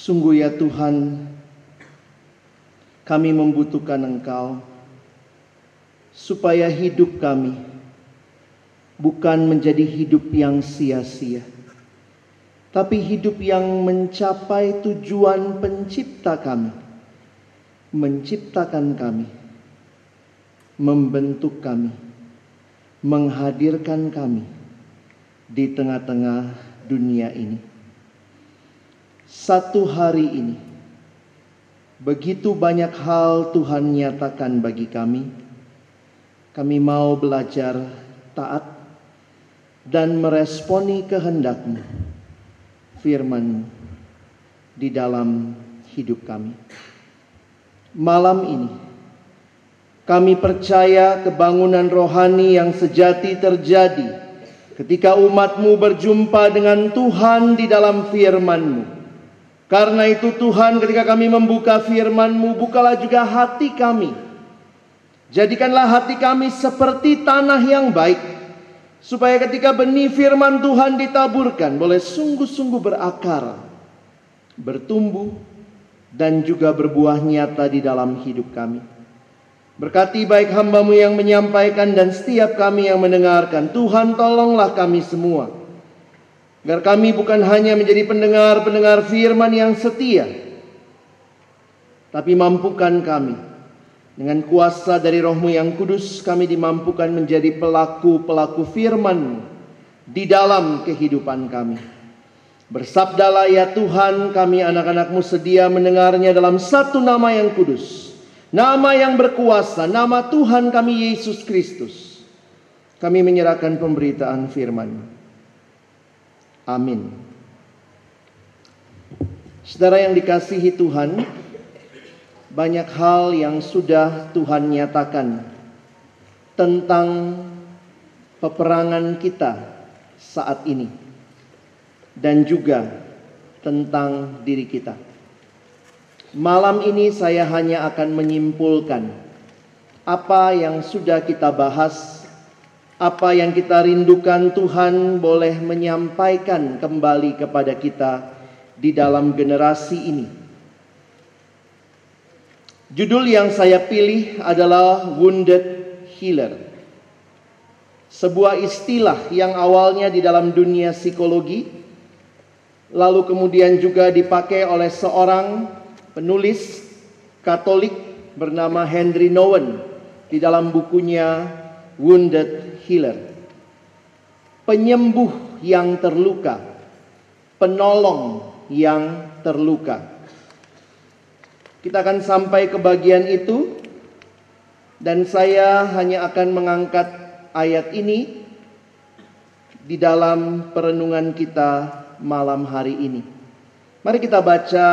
Sungguh ya Tuhan, kami membutuhkan Engkau, supaya hidup kami bukan menjadi hidup yang sia-sia, tapi hidup yang mencapai tujuan pencipta kami, menciptakan kami, membentuk kami, menghadirkan kami di tengah-tengah dunia ini. Satu hari ini, begitu banyak hal Tuhan nyatakan bagi kami. Kami mau belajar taat dan meresponi kehendak-Mu, firman-Mu di dalam hidup kami. Malam ini, kami percaya kebangunan rohani yang sejati terjadi ketika umat-Mu berjumpa dengan Tuhan di dalam firman-Mu. Karena itu Tuhan, ketika kami membuka firman-Mu, bukalah juga hati kami. Jadikanlah hati kami seperti tanah yang baik, supaya ketika benih firman Tuhan ditaburkan, boleh sungguh-sungguh berakar, bertumbuh, dan juga berbuah nyata di dalam hidup kami. Berkati baik hamba-Mu yang menyampaikan dan setiap kami yang mendengarkan. Tuhan, tolonglah kami semua, agar kami bukan hanya menjadi pendengar-pendengar firman yang setia, tapi mampukan kami dengan kuasa dari Roh-Mu yang kudus, kami dimampukan menjadi pelaku-pelaku firman di dalam kehidupan kami. Bersabdalah ya Tuhan, kami anak-anak-Mu sedia mendengarnya dalam satu nama yang kudus, nama yang berkuasa, nama Tuhan kami Yesus Kristus. Kami menyerahkan pemberitaan firman. Amin. Saudara yang dikasihi Tuhan, banyak hal yang sudah Tuhan nyatakan tentang peperangan kita saat ini, dan juga tentang diri kita. Malam ini saya hanya akan menyimpulkan apa yang sudah kita bahas, apa yang kita rindukan Tuhan boleh menyampaikan kembali kepada kita di dalam generasi ini. Judul yang saya pilih adalah Wounded Healer. Sebuah istilah yang awalnya di dalam dunia psikologi, lalu kemudian juga dipakai oleh seorang penulis Katolik bernama Henry Nouwen di dalam bukunya Wounded Healer. Penyembuh yang terluka, penolong yang terluka. Kita akan sampai ke bagian itu, dan saya hanya akan mengangkat ayat ini di dalam perenungan kita malam hari ini. Mari kita baca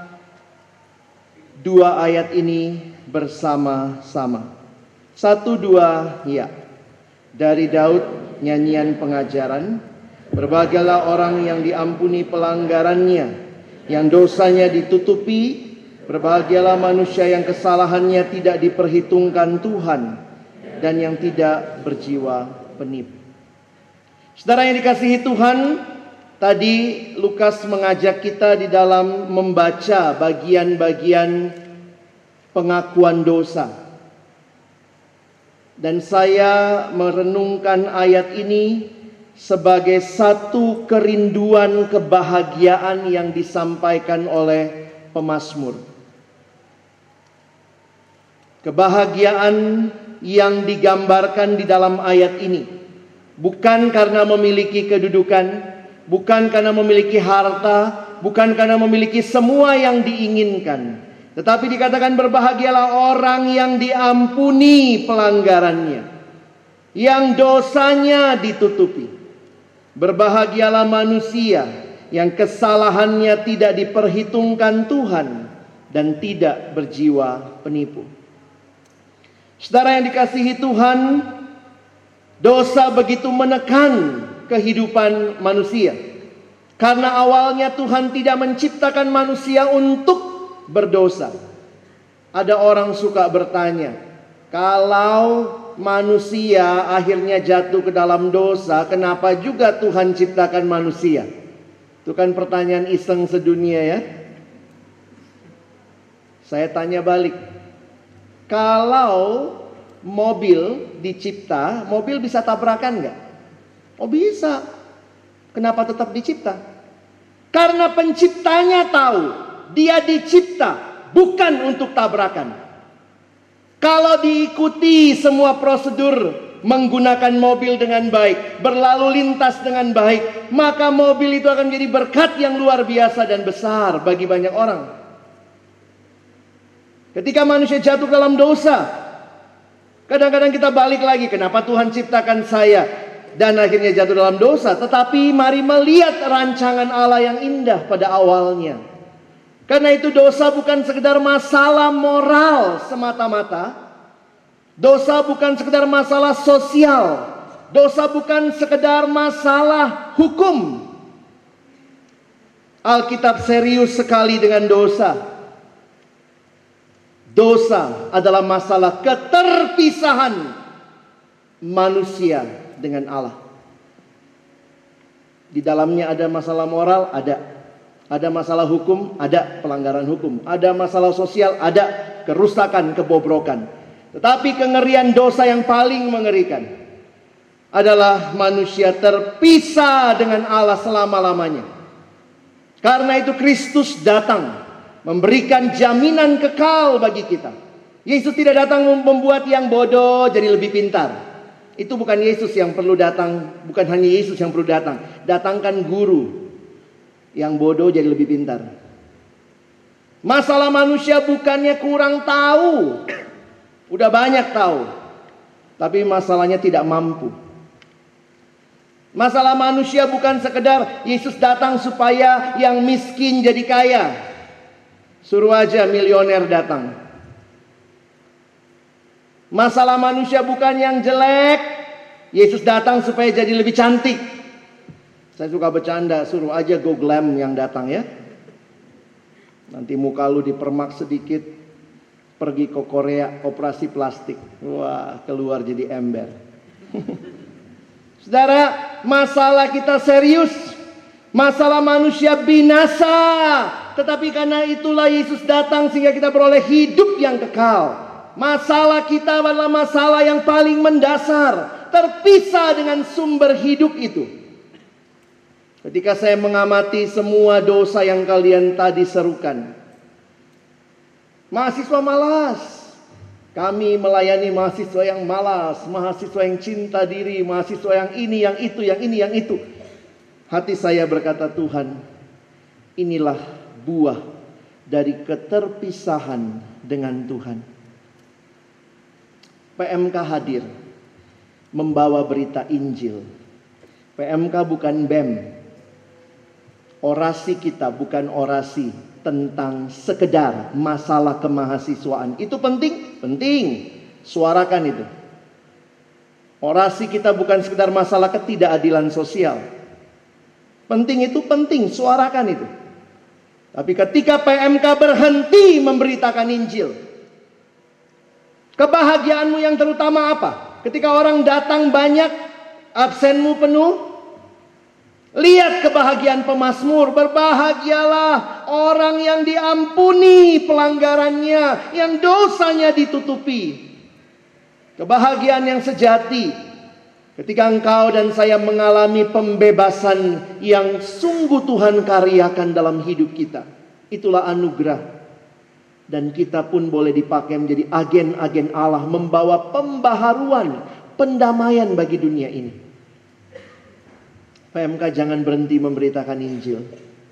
dua ayat ini bersama-sama. 1, 2, ya. Dari Daud, nyanyian pengajaran. Berbahagialah orang yang diampuni pelanggarannya, yang dosanya ditutupi. Berbahagialah manusia yang kesalahannya tidak diperhitungkan Tuhan, dan yang tidak berjiwa penipu. Saudara yang dikasihi Tuhan, tadi Lukas mengajak kita di dalam membaca bagian-bagian pengakuan dosa. Dan saya merenungkan ayat ini sebagai satu kerinduan kebahagiaan yang disampaikan oleh pemazmur. Kebahagiaan yang digambarkan di dalam ayat ini bukan karena memiliki kedudukan, bukan karena memiliki harta, bukan karena memiliki semua yang diinginkan, tetapi dikatakan berbahagialah orang yang diampuni pelanggarannya, yang dosanya ditutupi. Berbahagialah manusia yang kesalahannya tidak diperhitungkan Tuhan dan tidak berjiwa penipu. Saudara yang dikasihi Tuhan, dosa begitu menekan kehidupan manusia. Karena awalnya Tuhan tidak menciptakan manusia untuk berdosa. Ada orang suka bertanya, kalau manusia akhirnya jatuh ke dalam dosa, kenapa juga Tuhan ciptakan manusia? Itu kan pertanyaan iseng sedunia ya. Saya tanya balik. Kalau mobil dicipta, mobil bisa tabrakan nggak? Oh bisa. Kenapa tetap dicipta? Karena penciptanya tahu dia dicipta bukan untuk tabrakan. Kalau diikuti semua prosedur menggunakan mobil dengan baik, berlalu lintas dengan baik, maka mobil itu akan menjadi berkat yang luar biasa dan besar bagi banyak orang. Ketika manusia jatuh dalam dosa, kadang-kadang kita balik lagi, kenapa Tuhan ciptakan saya? Dan akhirnya jatuh dalam dosa. Tetapi mari melihat rancangan Allah yang indah pada awalnya. Karena itu dosa bukan sekedar masalah moral semata-mata. Dosa bukan sekedar masalah sosial. Dosa bukan sekedar masalah hukum. Alkitab serius sekali dengan dosa. Dosa adalah masalah keterpisahan manusia dengan Allah. Di dalamnya ada masalah moral, ada. Ada masalah hukum, ada pelanggaran hukum. Ada masalah sosial, ada kerusakan, kebobrokan. Tetapi kengerian dosa yang paling mengerikan adalah manusia terpisah dengan Allah selama-lamanya. Karena itu Kristus datang memberikan jaminan kekal bagi kita. Yesus tidak datang membuat yang bodoh jadi lebih pintar. Itu bukan Yesus yang perlu datang. Bukan hanya Yesus yang perlu datang. Datangkan guru yang bodoh jadi lebih pintar. Masalah manusia bukannya kurang tahu. Udah banyak tahu. Tapi masalahnya tidak mampu. Masalah manusia bukan sekedar Yesus datang supaya yang miskin jadi kaya. Suruh aja milioner datang. Masalah manusia bukan yang jelek. Yesus datang supaya jadi lebih cantik. Saya suka bercanda, suruh aja go glam yang datang ya. Nanti muka lu dipermak sedikit, pergi ke Korea, operasi plastik. Wah, keluar jadi ember. Saudara, masalah kita serius. Masalah manusia binasa. Tetapi karena itulah Yesus datang sehingga kita beroleh hidup yang kekal. Masalah kita adalah masalah yang paling mendasar, terpisah dengan sumber hidup itu. Ketika saya mengamati semua dosa yang kalian tadi serukan, mahasiswa malas. Kami melayani mahasiswa yang malas, mahasiswa yang cinta diri, mahasiswa yang ini, yang itu, yang ini, yang itu. Hati saya berkata, Tuhan, inilah buah dari keterpisahan dengan Tuhan. PMK hadir membawa berita Injil. PMK bukan BEM. Orasi kita bukan orasi tentang sekedar masalah kemahasiswaan. Itu penting? Penting. Suarakan itu. Orasi kita bukan sekedar masalah ketidakadilan sosial. Penting itu penting. Suarakan itu. Tapi ketika PMK berhenti memberitakan Injil, kebahagiaanmu yang terutama apa? Ketika orang datang banyak, absenmu penuh. Lihat kebahagiaan pemazmur. Berbahagialah orang yang diampuni pelanggarannya, yang dosanya ditutupi. Kebahagiaan yang sejati ketika engkau dan saya mengalami pembebasan yang sungguh Tuhan karyakan dalam hidup kita. Itulah anugerah. Dan kita pun boleh dipakai menjadi agen-agen Allah, membawa pembaharuan, pendamaian bagi dunia ini. PMK jangan berhenti memberitakan Injil.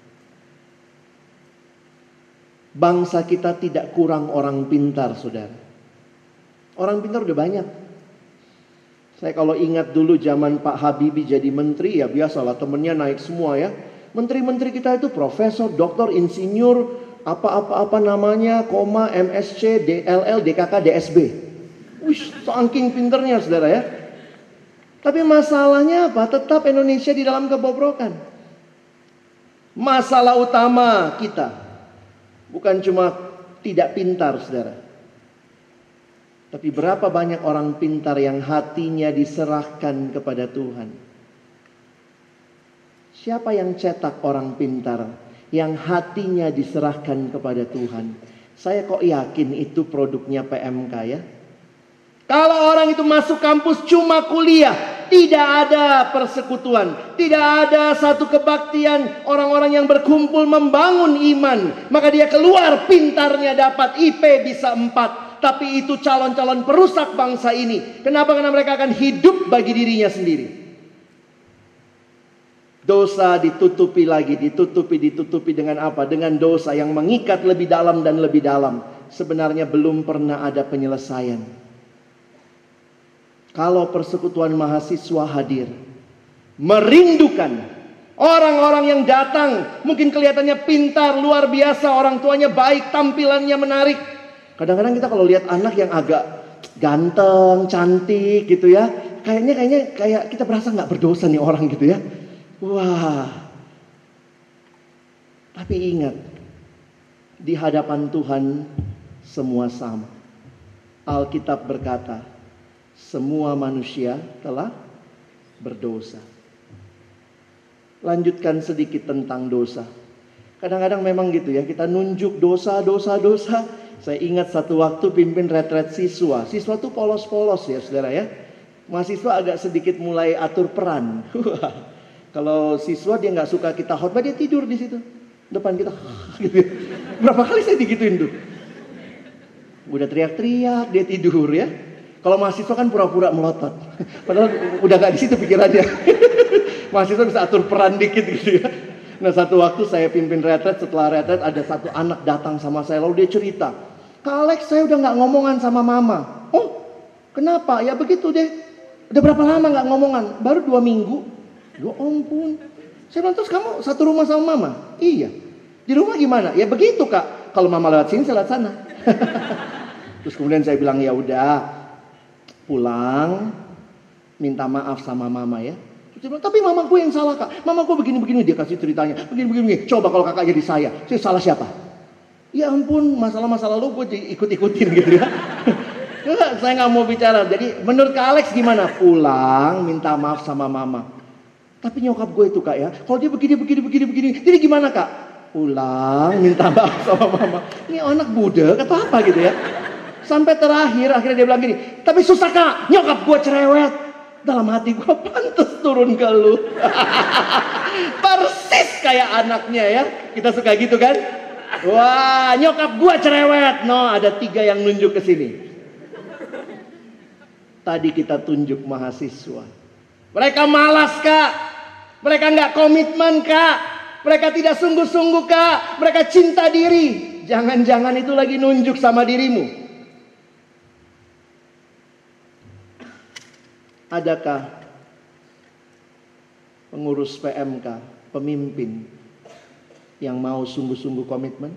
Bangsa kita tidak kurang orang pintar, saudara. Orang pintar udah banyak. Saya kalau ingat dulu zaman Pak Habibie jadi menteri, ya biasalah temennya naik semua ya. Menteri-menteri kita itu profesor, doktor, insinyur, apa-apa namanya, koma, MSc, DLL, DKK, DSB. Wih, saking pinternya saudara ya. Tapi masalahnya apa? Tetap Indonesia di dalam kebobrokan. Masalah utama kita bukan cuma tidak pintar saudara. Tapi berapa banyak orang pintar yang hatinya diserahkan kepada Tuhan. Siapa yang cetak orang pintar yang hatinya diserahkan kepada Tuhan? Saya kok yakin itu produknya PMK ya. Kalau orang itu masuk kampus cuma kuliah, tidak ada persekutuan, tidak ada satu kebaktian, orang-orang yang berkumpul membangun iman, maka dia keluar pintarnya dapat IP bisa 4, tapi itu calon-calon perusak bangsa ini. Kenapa? Karena mereka akan hidup bagi dirinya sendiri. Dosa ditutupi lagi, ditutupi dengan apa? Dengan dosa yang mengikat lebih dalam dan lebih dalam. Sebenarnya belum pernah ada penyelesaian. Kalau persekutuan mahasiswa hadir, merindukan orang-orang yang datang, mungkin kelihatannya pintar, luar biasa, orang tuanya baik, tampilannya menarik. Kadang-kadang kita kalau lihat anak yang agak ganteng, cantik gitu ya, kayaknya kayak kita berasa nggak berdosa nih orang gitu ya. Wah. Tapi ingat, di hadapan Tuhan semua sama. Alkitab berkata, semua manusia telah berdosa. Lanjutkan sedikit tentang dosa. Kadang-kadang memang gitu ya, kita nunjuk dosa. Saya ingat satu waktu pimpin retret siswa. Siswa tuh polos-polos ya saudara ya. Mahasiswa agak sedikit mulai atur peran. Kalau siswa dia nggak suka kita khotbah, dia tidur di situ depan kita. Gitu. Berapa kali saya digituin tuh. Udah teriak-teriak dia tidur ya. Kalau mahasiswa kan pura-pura melotot. Padahal udah gak di situ pikirannya. Mahasiswa bisa atur peran dikit gitu ya. Nah satu waktu saya pimpin retret, setelah retret ada satu anak datang sama saya. Lalu dia cerita, Kak Alex saya udah gak ngomongan sama mama. Oh kenapa? Ya begitu deh. Udah berapa lama gak ngomongan? Baru 2 minggu. Ya ampun. Saya bilang, terus kamu satu rumah sama mama? Iya. Di rumah gimana? Ya begitu Kak. Kalau mama lewat sini saya lewat sana. Terus kemudian saya bilang ya udah. Pulang minta maaf sama mama ya. Terus dia bilang, tapi mama gue yang salah Kak. Mama gue begini-begini, dia kasih ceritanya. Begini-begini. Coba kalau kakak jadi saya salah siapa? Ya ampun, masalah-masalah lu gue ikut-ikutin gitu ya. Saya gak mau bicara. Jadi menurut Kak Alex gimana? Pulang minta maaf sama mama. Tapi nyokap gue itu Kak ya, kalau dia begini. Jadi gimana Kak? Pulang minta maaf sama mama. Ini anak budek atau apa gitu ya. Sampai akhirnya dia bilang gini, tapi susah Kak, nyokap gue cerewet. Dalam hati gue, pantes turun ke lu. Persis kayak anaknya ya. Kita suka gitu kan. Wah nyokap gue cerewet. No, ada 3 yang nunjuk ke sini. Tadi kita tunjuk mahasiswa. Mereka malas Kak. Mereka gak komitmen Kak. Mereka tidak sungguh-sungguh Kak. Mereka cinta diri. Jangan-jangan itu lagi nunjuk sama dirimu. Adakah pengurus PMK, pemimpin yang mau sungguh-sungguh komitmen?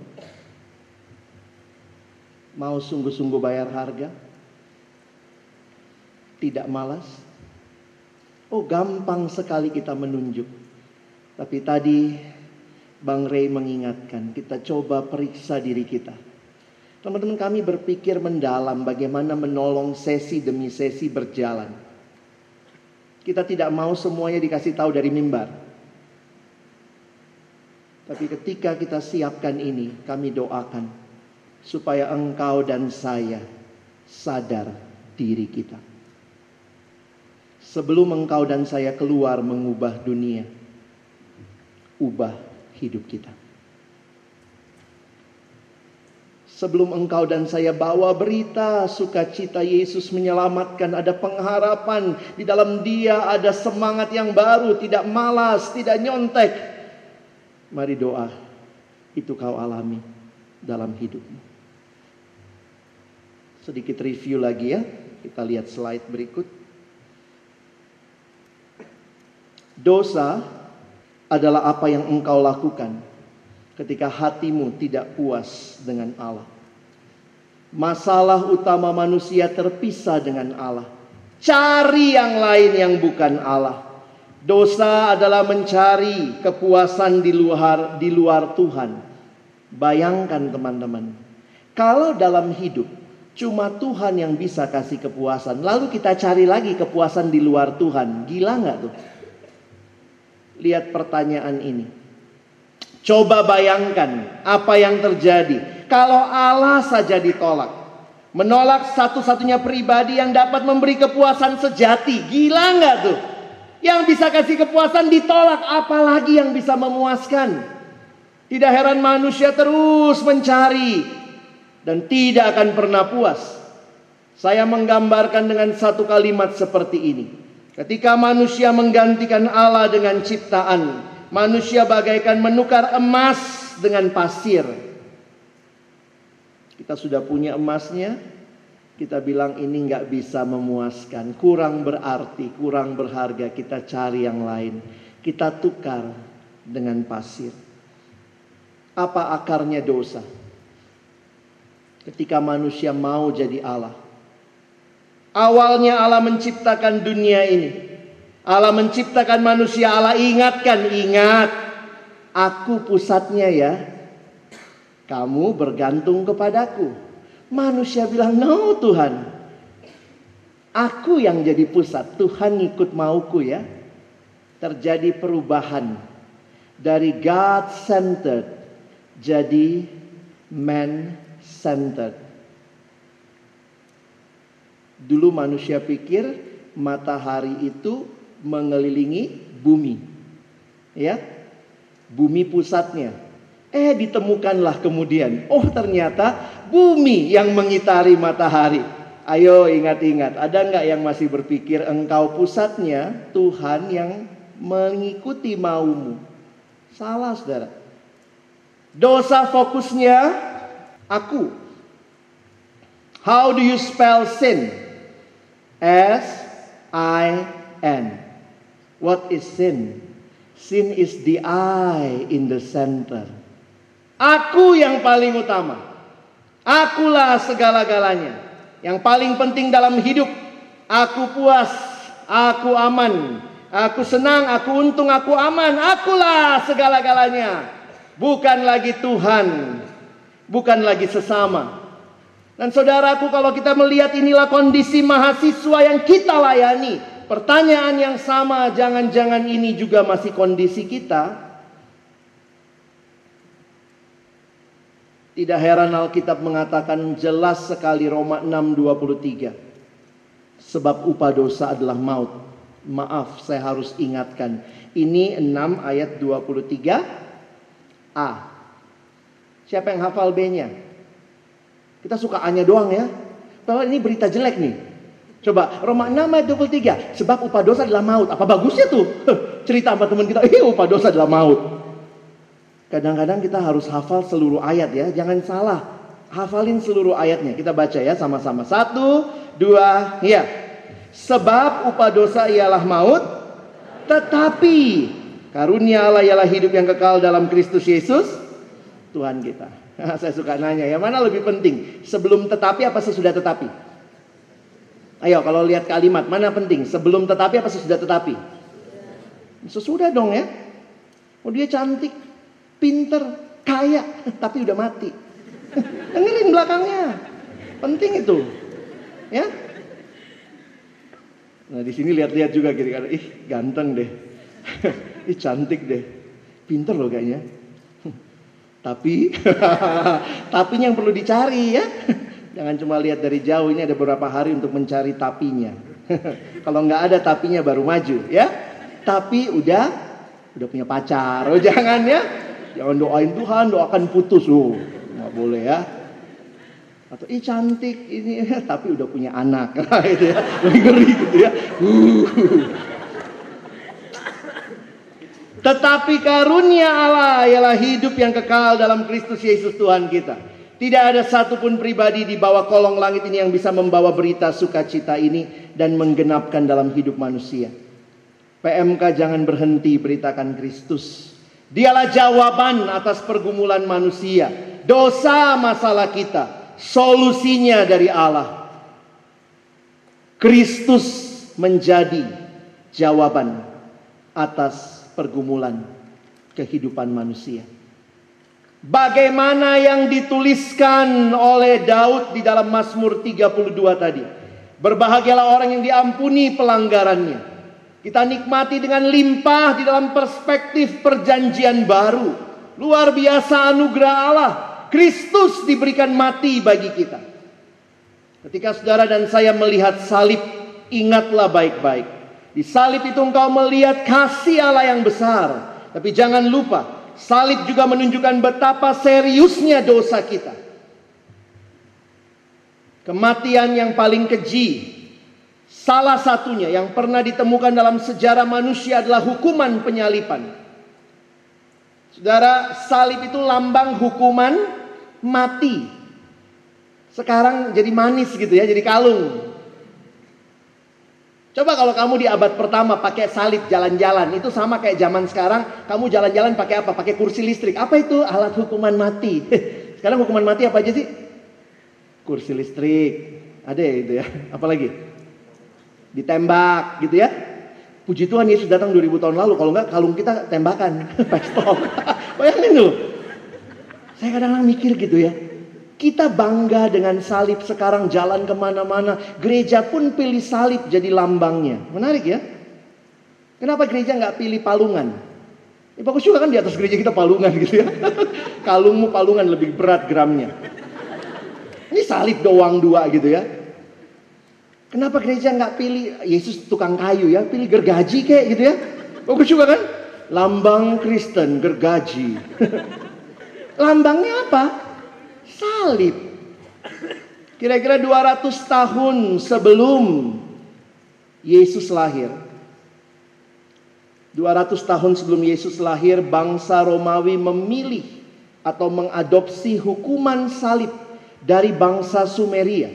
Mau sungguh-sungguh bayar harga? Tidak malas? Oh gampang sekali kita menunjuk. Tapi tadi Bang Ray mengingatkan, kita coba periksa diri kita. Teman-teman kami berpikir mendalam bagaimana menolong sesi demi sesi berjalan. Kita tidak mau semuanya dikasih tahu dari mimbar. Tapi ketika kita siapkan ini, kami doakan supaya engkau dan saya sadar diri kita. Sebelum engkau dan saya keluar mengubah dunia, ubah hidup kita. Sebelum engkau dan saya bawa berita sukacita Yesus menyelamatkan, ada pengharapan, di dalam Dia ada semangat yang baru, tidak malas, tidak nyontek. Mari doa itu kau alami dalam hidupmu. Sedikit review lagi ya, kita lihat slide berikut. Dosa adalah apa yang engkau lakukan ketika hatimu tidak puas dengan Allah. Masalah utama manusia terpisah dengan Allah. Cari yang lain yang bukan Allah. Dosa adalah mencari kepuasan di luar Tuhan. Bayangkan teman-teman, kalau dalam hidup cuma Tuhan yang bisa kasih kepuasan, lalu kita cari lagi kepuasan di luar Tuhan, gila nggak tuh? Lihat pertanyaan ini. Coba bayangkan apa yang terjadi Kalau Allah saja ditolak, menolak satu-satunya pribadi yang dapat memberi kepuasan sejati. Gila nggak tuh? Yang bisa kasih kepuasan ditolak, apalagi yang bisa memuaskan. Tidak heran manusia terus mencari dan tidak akan pernah puas. Saya menggambarkan dengan satu kalimat seperti ini. Ketika manusia menggantikan Allah dengan ciptaan, manusia bagaikan menukar emas dengan pasir. Kita sudah punya emasnya, kita bilang ini nggak bisa memuaskan, kurang berarti, kurang berharga, kita cari yang lain. Kita tukar dengan pasir. Apa akarnya dosa? Ketika manusia mau jadi Allah. Awalnya Allah menciptakan dunia ini. Allah menciptakan manusia. Allah ingatkan, ingat, aku pusatnya ya. Kamu bergantung kepadaku. Manusia bilang, no Tuhan, aku yang jadi pusat. Tuhan ngikut mauku ya. Terjadi perubahan dari God-centered jadi man-centered. Dulu manusia pikir matahari itu mengelilingi bumi. Ya. Bumi pusatnya. Ditemukanlah kemudian, oh ternyata bumi yang mengitari matahari. Ayo ingat-ingat, ada nggak yang masih berpikir engkau pusatnya, Tuhan yang mengikuti maumu? Salah saudara. Dosa fokusnya aku. How do you spell sin? S-I-N. What is sin? Sin is the I in the center. Aku yang paling utama. Akulah segala-galanya. Yang paling penting dalam hidup. Aku puas, aku aman, aku senang, aku untung, aku aman. Akulah segala-galanya. Bukan lagi Tuhan, bukan lagi sesama. Dan saudaraku, kalau kita melihat inilah kondisi mahasiswa yang kita layani, pertanyaan yang sama, jangan-jangan ini juga masih kondisi kita. Tidak heran Alkitab mengatakan jelas sekali Roma 6:23. Sebab upah dosa adalah maut. Maaf, saya harus ingatkan. Ini 6 ayat 23a. Siapa yang hafal B-nya? Kita suka A-nya doang ya. Padahal ini berita jelek nih. Coba Roma 6 ayat 23. Sebab upah dosa adalah maut. Apa bagusnya tuh? Cerita sama teman kita, upah dosa adalah maut. Kadang-kadang kita harus hafal seluruh ayat ya. Jangan salah. Hafalin seluruh ayatnya. Kita baca ya sama-sama. 1, 2, ya. Sebab upah dosa ialah maut. Tetapi karunia Allah ialah hidup yang kekal dalam Kristus Yesus Tuhan kita. Saya suka nanya, yang mana lebih penting? Sebelum tetapi apa sesudah tetapi? Ayo kalau lihat kalimat, mana penting? Sebelum tetapi apa sesudah tetapi? Sesudah dong ya. Oh dia cantik, pinter, kaya, tapi udah mati. Dengerin belakangnya. Penting itu. Ya. Nah di sini lihat-lihat juga kira-kira, ganteng deh. Cantik deh. Pinter loh kayaknya. Tapi tapinya yang perlu dicari ya. Jangan cuma lihat dari jauh, ini ada beberapa hari untuk mencari tapinya. Kalau nggak ada tapinya baru maju ya. Tapi udah punya pacar. Oh jangan ya. Jangan doain Tuhan, doakan putus. Nggak boleh ya. Atau cantik ini tapi udah punya anak. Gitu ya. Lebih ngeri gitu ya. Tetapi karunia Allah ialah hidup yang kekal dalam Kristus Yesus Tuhan kita. Tidak ada satupun pribadi di bawah kolong langit ini yang bisa membawa berita sukacita ini dan menggenapkan dalam hidup manusia. PMK jangan berhenti beritakan Kristus. Dialah jawaban atas pergumulan manusia. Dosa masalah kita. Solusinya dari Allah. Kristus menjadi jawaban atas pergumulan kehidupan manusia. Bagaimana yang dituliskan oleh Daud di dalam Mazmur 32 tadi. Berbahagialah orang yang diampuni pelanggarannya. Kita nikmati dengan limpah di dalam perspektif perjanjian baru. Luar biasa anugerah Allah. Kristus diberikan mati bagi kita. Ketika saudara dan saya melihat salib, ingatlah baik-baik. Di salib itu engkau melihat kasih Allah yang besar. Tapi jangan lupa, salib juga menunjukkan betapa seriusnya dosa kita. Kematian yang paling keji, salah satunya yang pernah ditemukan dalam sejarah manusia adalah hukuman penyalipan. Saudara, salib itu lambang hukuman mati. Sekarang jadi manis gitu ya, jadi kalung. Coba kalau kamu di abad pertama pakai salib jalan-jalan, itu sama kayak zaman sekarang. Kamu jalan-jalan pakai apa? Pakai kursi listrik. Apa itu? Alat hukuman mati. Sekarang hukuman mati apa aja sih? Kursi listrik. Ada ya itu ya. Apalagi? Ditembak gitu ya. Puji Tuhan Yesus datang 2000 tahun lalu. Kalau enggak kalung kita tembakan. Pistol. Bayangin dulu. Saya kadang-kadang mikir gitu ya. Kita bangga dengan salib, sekarang jalan kemana-mana. Gereja pun pilih salib jadi lambangnya. Menarik ya. Kenapa gereja nggak pilih palungan? Ya bagus juga kan di atas gereja kita palungan gitu ya. Kalungmu palungan lebih berat gramnya. Ini salib doang 2 gitu ya. Kenapa gereja nggak pilih Yesus tukang kayu ya? Pilih gergaji kayak gitu ya. Bagus juga kan? Lambang Kristen, gergaji. Lambangnya apa? Salib. Kira-kira 200 tahun sebelum Yesus lahir. 200 tahun sebelum Yesus lahir, bangsa Romawi memilih atau mengadopsi hukuman salib dari bangsa Sumeria.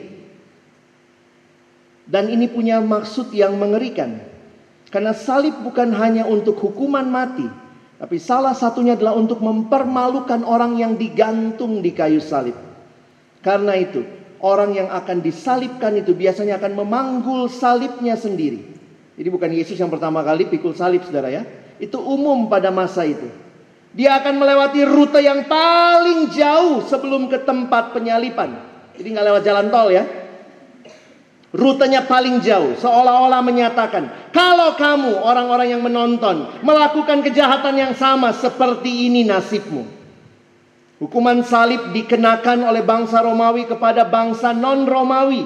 Dan ini punya maksud yang mengerikan. Karena salib bukan hanya untuk hukuman mati, tapi salah satunya adalah untuk mempermalukan orang yang digantung di kayu salib. Karena itu, orang yang akan disalibkan itu biasanya akan memanggul salibnya sendiri. Jadi bukan Yesus yang pertama kali pikul salib, saudara ya. Itu umum pada masa itu. Dia akan melewati rute yang paling jauh sebelum ke tempat penyalipan. Jadi nggak lewat jalan tol ya. Rutenya paling jauh, seolah-olah menyatakan, kalau kamu orang-orang yang menonton melakukan kejahatan yang sama, seperti ini nasibmu. Hukuman salib dikenakan oleh bangsa Romawi kepada bangsa non-Romawi.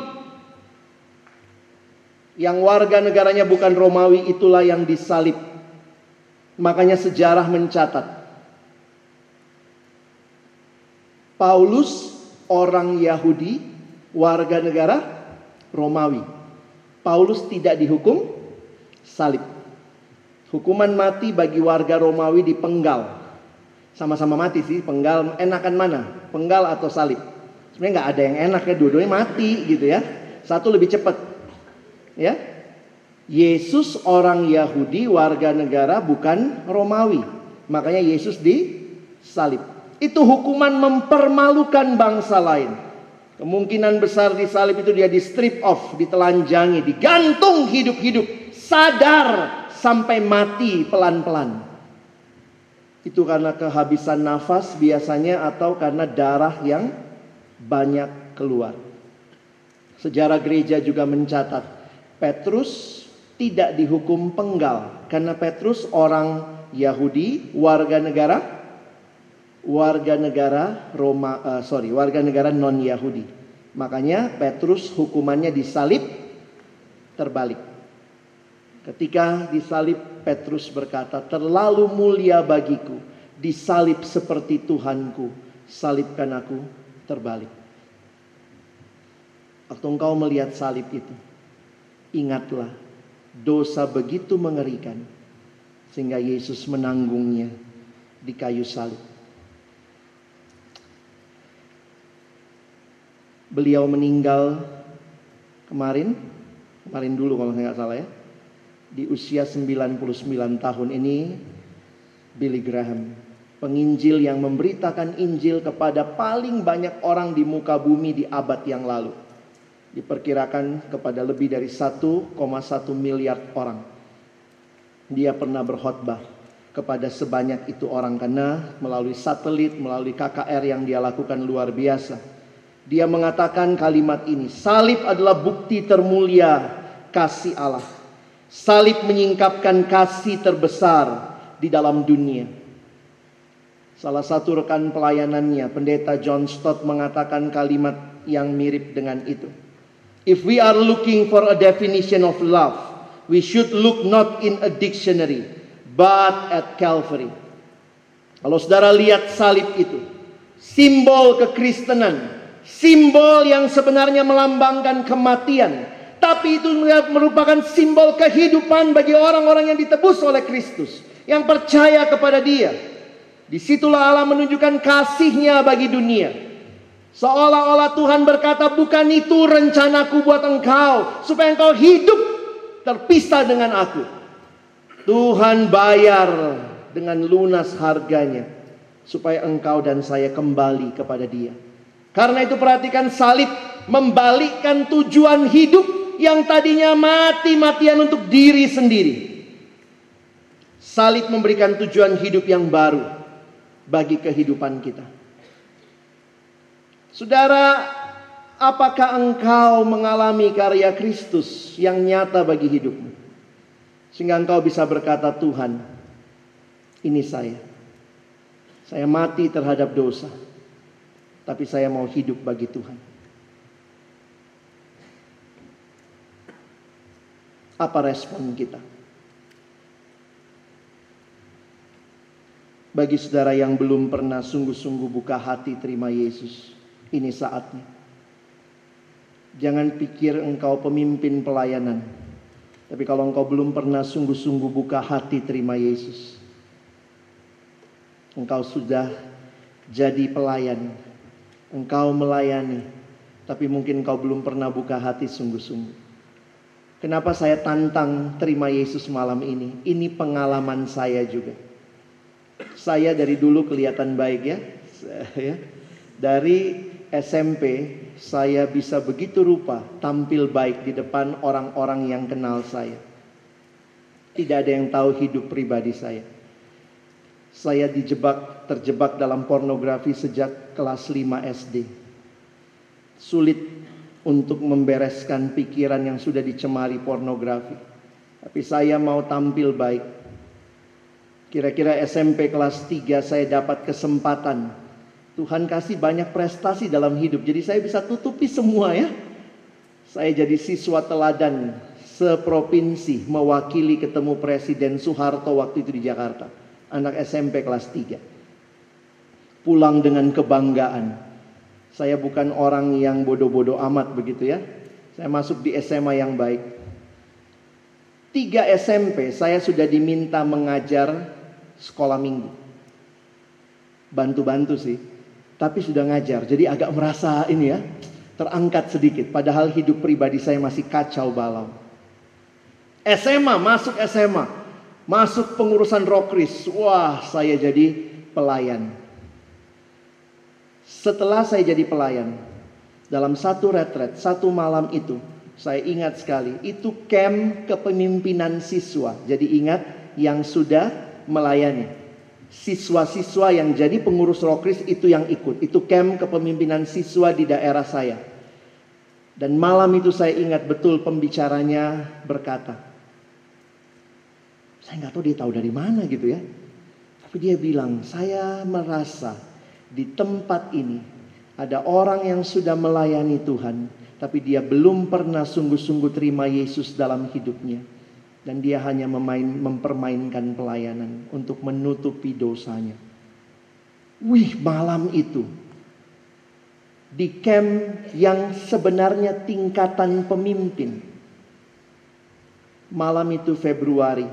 Yang warga negaranya bukan Romawi, itulah yang disalib. Makanya sejarah mencatat, Paulus orang Yahudi, warga negara Romawi. Paulus tidak dihukum salib. Hukuman mati bagi warga Romawi dipenggal. Sama-sama mati sih, penggal enakan mana? Penggal atau salib? Sebenarnya nggak ada yang enak ya, dua-duanya mati gitu ya. Satu lebih cepat. Ya. Yesus orang Yahudi, warga negara bukan Romawi. Makanya Yesus disalib. Itu hukuman mempermalukan bangsa lain. Kemungkinan besar di salib itu dia di strip off, ditelanjangi, digantung hidup-hidup, sadar sampai mati pelan-pelan. Itu karena kehabisan nafas biasanya atau karena darah yang banyak keluar. Sejarah gereja juga mencatat Petrus tidak dihukum penggal karena Petrus orang Yahudi, warga negara non Yahudi. Makanya Petrus hukumannya disalib terbalik. Ketika disalib, Petrus berkata, terlalu mulia bagiku disalib seperti Tuhanku, salibkan aku terbalik. Waktu engkau melihat salib itu, ingatlah dosa begitu mengerikan sehingga Yesus menanggungnya di kayu salib. Beliau meninggal kemarin dulu kalau saya nggak salah ya. Di usia 99 tahun ini, Billy Graham, penginjil yang memberitakan Injil kepada paling banyak orang di muka bumi di abad yang lalu. Diperkirakan kepada lebih dari 1,1 miliar orang. Dia pernah berkhotbah kepada sebanyak itu orang karena melalui satelit, melalui KKR yang dia lakukan luar biasa. Dia mengatakan kalimat ini, salib adalah bukti termulia kasih Allah. Salib menyingkapkan kasih terbesar di dalam dunia. Salah satu rekan pelayanannya, Pendeta John Stott, mengatakan kalimat yang mirip dengan itu. If we are looking for a definition of love, we should look not in a dictionary, but at Calvary. Kalau saudara lihat salib itu, simbol kekristenan, simbol yang sebenarnya melambangkan kematian, tapi itu merupakan simbol kehidupan bagi orang-orang yang ditebus oleh Kristus, yang percaya kepada Dia. Disitulah Allah menunjukkan kasih-Nya bagi dunia. Seolah-olah Tuhan berkata, bukan itu rencanaku buat engkau, supaya engkau hidup terpisah dengan aku. Tuhan bayar dengan lunas harganya, supaya engkau dan saya kembali kepada Dia. Karena itu perhatikan, salib membalikkan tujuan hidup yang tadinya mati-matian untuk diri sendiri. Salib memberikan tujuan hidup yang baru bagi kehidupan kita. Saudara, apakah engkau mengalami karya Kristus yang nyata bagi hidupmu, sehingga engkau bisa berkata, Tuhan, ini saya mati terhadap dosa, tapi saya mau hidup bagi Tuhan. Apa respon kita? Bagi saudara yang belum pernah sungguh-sungguh buka hati terima Yesus, ini saatnya. Jangan pikir engkau pemimpin pelayanan, tapi kalau engkau belum pernah sungguh-sungguh buka hati terima Yesus, engkau sudah jadi pelayan, engkau melayani, tapi mungkin engkau belum pernah buka hati sungguh-sungguh. Kenapa saya tantang terima Yesus malam ini? Ini pengalaman saya juga. Saya dari dulu kelihatan baik ya. Dari SMP saya bisa begitu rupa tampil baik di depan orang-orang yang kenal saya. Tidak ada yang tahu hidup pribadi saya. Saya terjebak dalam pornografi sejak kelas 5 SD. Sulit untuk membereskan pikiran yang sudah dicemari pornografi. Tapi saya mau tampil baik. Kira-kira SMP kelas 3 saya dapat kesempatan. Tuhan kasih banyak prestasi dalam hidup, jadi saya bisa tutupi semua ya. Saya jadi siswa teladan seprovinsi, mewakili ketemu Presiden Soeharto waktu itu di Jakarta. Anak SMP kelas 3. Pulang dengan kebanggaan. Saya bukan orang yang bodoh-bodoh amat begitu ya. Saya masuk di SMA yang baik. 3 SMP saya sudah diminta mengajar sekolah minggu. Bantu-bantu sih, tapi sudah ngajar. Jadi agak merasa ini ya, terangkat sedikit. Padahal hidup pribadi saya masih kacau balau. SMA, masuk pengurusan Rokris. Wah, saya jadi pelayan. Setelah saya jadi pelayan, dalam satu retret, satu malam itu, saya ingat sekali, itu camp kepemimpinan siswa. Jadi ingat, yang sudah melayani. Siswa-siswa yang jadi pengurus Rokris itu yang ikut. Itu camp kepemimpinan siswa di daerah saya. Dan malam itu saya ingat betul pembicaranya berkata, saya nggak tahu dia tahu dari mana gitu ya. Tapi dia bilang, saya merasa di tempat ini ada orang yang sudah melayani Tuhan, tapi dia belum pernah sungguh-sungguh terima Yesus dalam hidupnya. Dan dia hanya mempermainkan pelayanan untuk menutupi dosanya. Wih, malam itu di camp yang sebenarnya tingkatan pemimpin. Malam itu Februari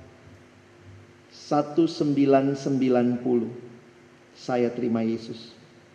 1990, saya terima Yesus.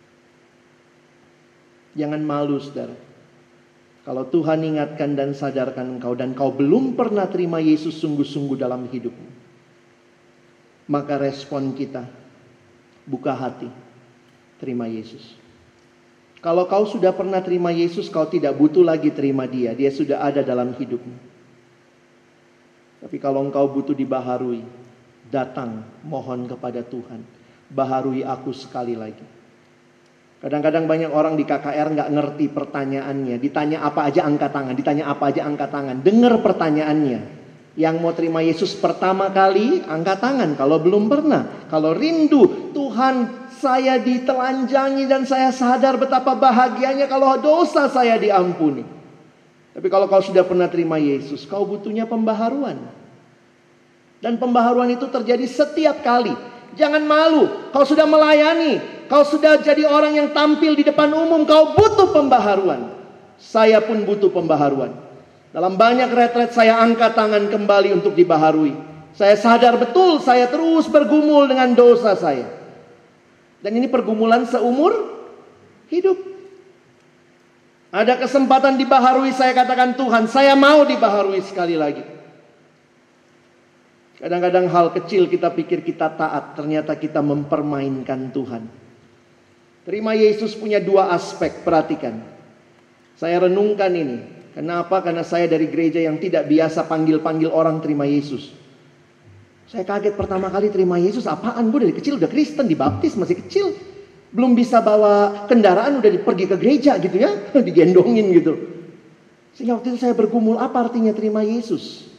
Jangan malu saudara. Kalau Tuhan ingatkan dan sadarkan engkau dan kau belum pernah terima Yesus sungguh-sungguh dalam hidupmu, maka respon kita, buka hati, terima Yesus. Kalau kau sudah pernah terima Yesus, kau tidak butuh lagi terima Dia. Dia sudah ada dalam hidupmu. Tapi kalau engkau butuh dibaharui, datang mohon kepada Tuhan, baharui aku sekali lagi. Kadang-kadang banyak orang di KKR gak ngerti pertanyaannya. Ditanya apa aja angkat tangan. Dengar pertanyaannya. Yang mau terima Yesus pertama kali, angkat tangan. Kalau belum pernah, kalau rindu, Tuhan, saya ditelanjangi dan saya sadar betapa bahagianya kalau dosa saya diampuni. Tapi kalau kau sudah pernah terima Yesus, kau butuhnya pembaharuan. Dan pembaharuan itu terjadi setiap kali. Jangan malu, kau sudah melayani, kau sudah jadi orang yang tampil di depan umum, kau butuh pembaharuan. Saya pun butuh pembaharuan. Dalam banyak retret saya angkat tangan kembali untuk dibaharui. Saya sadar betul saya terus bergumul dengan dosa saya. Dan ini pergumulan seumur hidup. Ada kesempatan dibaharui, saya katakan, Tuhan, saya mau dibaharui sekali lagi. Kadang-kadang hal kecil kita pikir kita taat, ternyata kita mempermainkan Tuhan. Terima Yesus punya dua aspek, perhatikan. Saya renungkan ini. Kenapa? Karena saya dari gereja yang tidak biasa panggil-panggil orang terima Yesus. Saya kaget pertama kali terima Yesus, apaan? Gue dari kecil udah Kristen, dibaptis masih kecil. Belum bisa bawa kendaraan udah pergi ke gereja gitu ya, digendongin gitu. Sehingga waktu itu saya bergumul, apa artinya terima Yesus?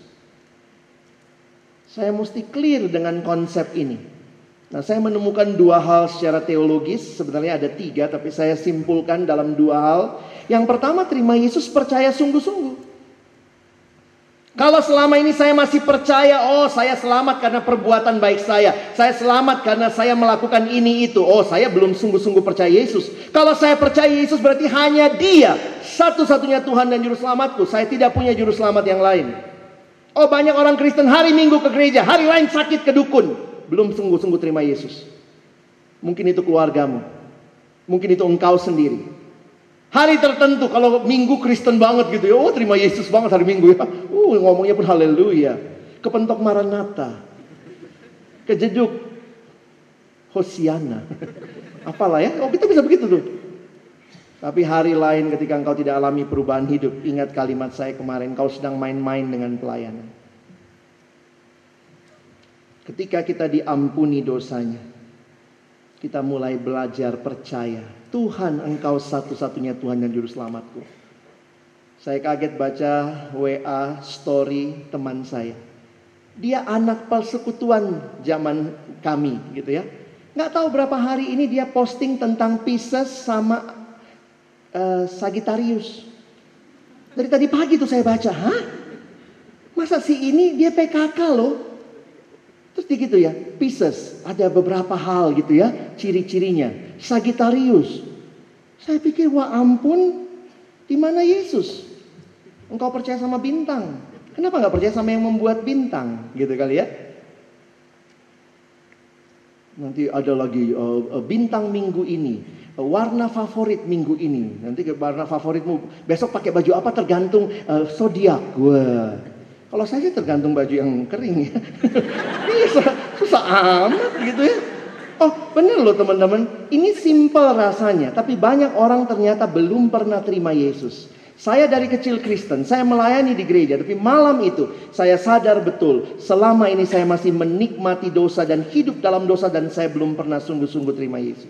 Saya mesti clear dengan konsep ini. Nah, saya menemukan dua hal secara teologis, sebenarnya ada tiga, tapi saya simpulkan dalam dua hal. Yang pertama, terima Yesus percaya sungguh-sungguh. Kalau selama ini saya masih percaya, oh saya selamat karena perbuatan baik saya selamat karena saya melakukan ini itu, oh saya belum sungguh-sungguh percaya Yesus. Kalau saya percaya Yesus berarti hanya Dia satu-satunya Tuhan dan Juru Selamatku, saya tidak punya Juru Selamat yang lain. Oh banyak orang Kristen hari Minggu ke gereja, hari lain sakit ke dukun, belum sungguh-sungguh terima Yesus. Mungkin itu keluargamu, mungkin itu engkau sendiri. Hari tertentu kalau Minggu Kristen banget gitu ya, oh terima Yesus banget hari Minggu ya, ngomongnya pun haleluya. Kepentok Maranatha, kejeduk Hosiana, apalah ya, oh kita bisa begitu tuh. Tapi hari lain ketika engkau tidak alami perubahan hidup, ingat kalimat saya kemarin, kau sedang main-main dengan pelayanan. Ketika kita diampuni dosanya, kita mulai belajar percaya, Tuhan engkau satu-satunya Tuhan dan Juru Selamatku. Saya kaget baca WA story teman saya. Dia anak persekutuan zaman kami gitu ya. Gak tahu berapa hari ini dia posting tentang Pisces sama Sagittarius. Dari tadi pagi tuh saya baca, hah? Masa si ini dia PKK loh? Terus gitu ya, Pisces ada beberapa hal gitu ya, ciri-cirinya. Sagittarius, saya pikir wah ampun, di mana Yesus? Engkau percaya sama bintang, kenapa nggak percaya sama yang membuat bintang, gitu kali ya? Nanti ada lagi bintang minggu ini, warna favorit minggu ini. Nanti warna favoritmu besok pakai baju apa tergantung zodiak. Wah. Kalau saya sih tergantung baju yang kering ya. susah amat gitu ya. Oh benar loh teman-teman. Ini simple rasanya. Tapi banyak orang ternyata belum pernah terima Yesus. Saya dari kecil Kristen. Saya melayani di gereja. Tapi malam itu saya sadar betul. Selama ini saya masih menikmati dosa dan hidup dalam dosa. Dan saya belum pernah sungguh-sungguh terima Yesus.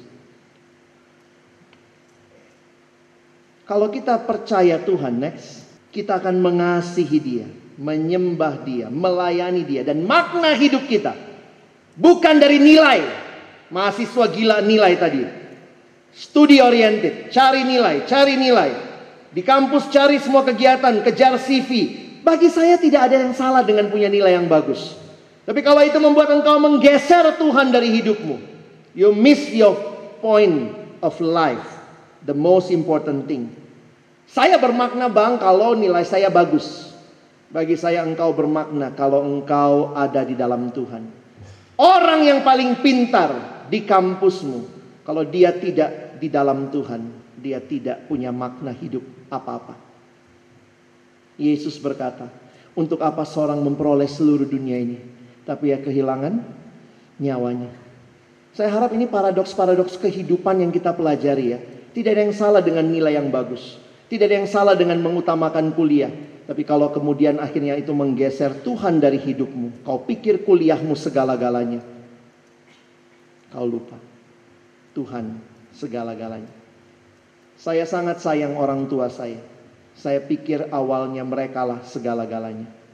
Kalau kita percaya Tuhan next, kita akan mengasihi Dia, menyembah Dia, melayani Dia. Dan makna hidup kita bukan dari nilai. Mahasiswa gila nilai tadi, studi oriented, cari nilai. Di kampus cari semua kegiatan, kejar CV. Bagi saya tidak ada yang salah dengan punya nilai yang bagus. Tapi kalau itu membuat engkau menggeser Tuhan dari hidupmu, you miss your point of life, the most important thing. Saya bermakna bang kalau nilai saya bagus. Bagi saya engkau bermakna kalau engkau ada di dalam Tuhan. Orang yang paling pintar di kampusmu, kalau dia tidak di dalam Tuhan, dia tidak punya makna hidup apa-apa. Yesus berkata, untuk apa seorang memperoleh seluruh dunia ini, tapi ia kehilangan nyawanya. Saya harap ini paradoks-paradoks kehidupan yang kita pelajari ya. Tidak ada yang salah dengan nilai yang bagus. Tidak ada yang salah dengan mengutamakan kuliah. Tapi kalau kemudian akhirnya itu menggeser Tuhan dari hidupmu, kau pikir kuliahmu segala-galanya, kau lupa Tuhan segala-galanya. Saya sangat sayang orang tua saya. Saya pikir awalnya merekalah segala-galanya.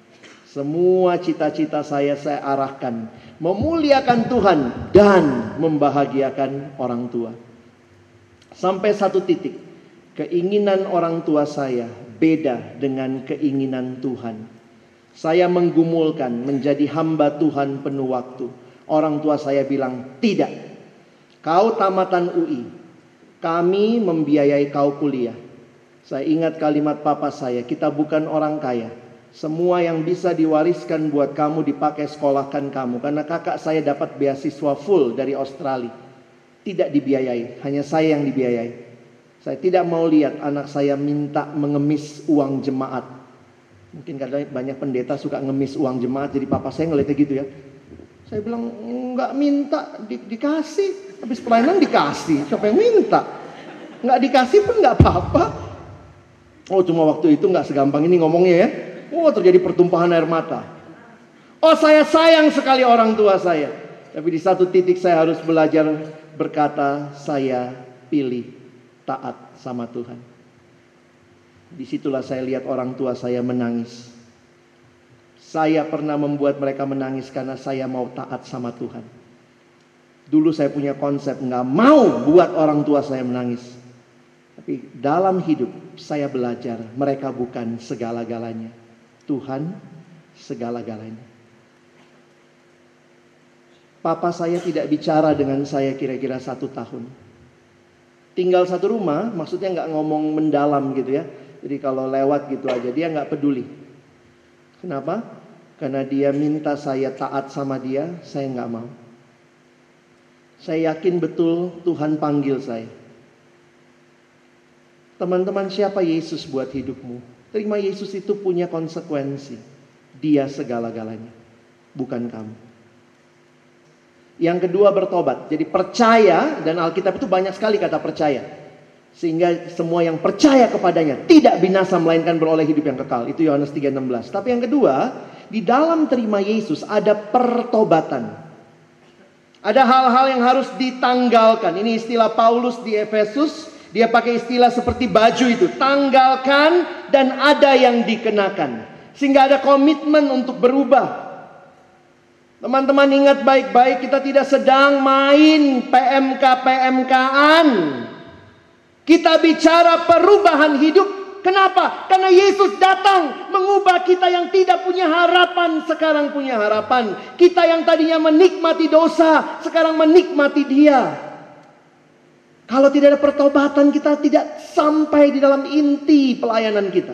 Semua cita-cita saya arahkan memuliakan Tuhan dan membahagiakan orang tua. Sampai satu titik, keinginan orang tua saya beda dengan keinginan Tuhan. Saya menggumulkan menjadi hamba Tuhan penuh waktu. Orang tua saya bilang, tidak. Kau tamatan UI, kami membiayai kau kuliah. Saya ingat kalimat papa saya, kita bukan orang kaya. Semua yang bisa diwariskan buat kamu dipakai sekolahkan kamu. Karena kakak saya dapat beasiswa full dari Australia. Tidak dibiayai, hanya saya yang dibiayai. Saya tidak mau lihat anak saya minta mengemis uang jemaat. Mungkin kadang banyak pendeta suka ngemis uang jemaat. Jadi papa saya ngeliatnya gitu ya. Saya bilang nggak minta dikasih. Habis pelayanan dikasih. Siapa yang minta? Nggak dikasih pun nggak apa-apa. Oh cuma waktu itu nggak segampang ini ngomongnya ya. Oh terjadi pertumpahan air mata. Oh saya sayang sekali orang tua saya. Tapi di satu titik saya harus belajar berkata, saya pilih taat sama Tuhan. Disitulah saya lihat orang tua saya menangis. Saya pernah membuat mereka menangis karena saya mau taat sama Tuhan. Dulu saya punya konsep nggak mau buat orang tua saya menangis. Tapi dalam hidup saya belajar mereka bukan segala-galanya. Tuhan segala-galanya. Papa saya tidak bicara dengan saya kira-kira 1 tahun. Tinggal satu rumah, maksudnya nggak ngomong mendalam gitu ya. Jadi kalau lewat gitu aja, dia nggak peduli. Kenapa? Karena dia minta saya taat sama dia, saya nggak mau. Saya yakin betul Tuhan panggil saya. Teman-teman, siapa Yesus buat hidupmu? Terima Yesus itu punya konsekuensi. Dia segala-galanya, bukan kamu. Yang kedua bertobat. Jadi percaya, dan Alkitab itu banyak sekali kata percaya. Sehingga semua yang percaya kepadanya tidak binasa melainkan beroleh hidup yang kekal. Itu Yohanes 3:16. Tapi yang kedua, di dalam terima Yesus ada pertobatan. Ada hal-hal yang harus ditanggalkan. Ini istilah Paulus di Efesus. Dia pakai istilah seperti baju itu. Tanggalkan dan ada yang dikenakan. Sehingga ada komitmen untuk berubah. Teman-teman ingat baik-baik, kita tidak sedang main PMK-PMK-an. Kita bicara perubahan hidup. Kenapa? Karena Yesus datang mengubah kita yang tidak punya harapan, sekarang punya harapan. Kita yang tadinya menikmati dosa, sekarang menikmati Dia. Kalau tidak ada pertobatan, kita tidak sampai di dalam inti pelayanan kita.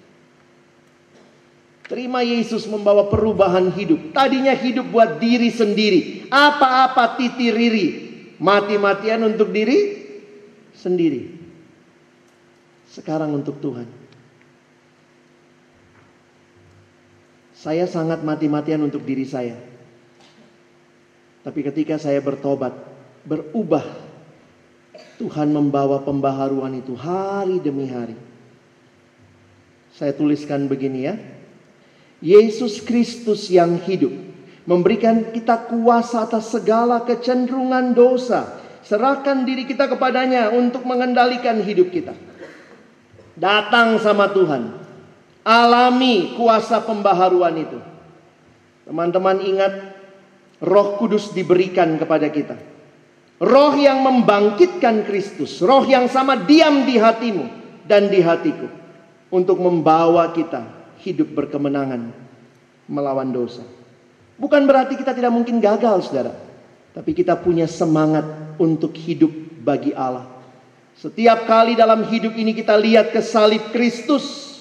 Terima Yesus membawa perubahan hidup. Tadinya hidup buat diri sendiri. Apa-apa titiriri. Mati-matian untuk diri sendiri. Sekarang untuk Tuhan. Saya sangat mati-matian untuk diri saya. Tapi ketika saya bertobat, berubah, Tuhan membawa pembaharuan itu hari demi hari. Saya tuliskan begini ya. Yesus Kristus yang hidup memberikan kita kuasa atas segala kecenderungan dosa. Serahkan diri kita kepadanya untuk mengendalikan hidup kita. Datang sama Tuhan. Alami kuasa pembaharuan itu. Teman-teman ingat, Roh Kudus diberikan kepada kita. Roh yang membangkitkan Kristus. Roh yang sama diam di hatimu dan di hatiku. Untuk membawa kita hidup berkemenangan melawan dosa. Bukan berarti kita tidak mungkin gagal, saudara. Tapi kita punya semangat untuk hidup bagi Allah. Setiap kali dalam hidup ini kita lihat ke salib Kristus.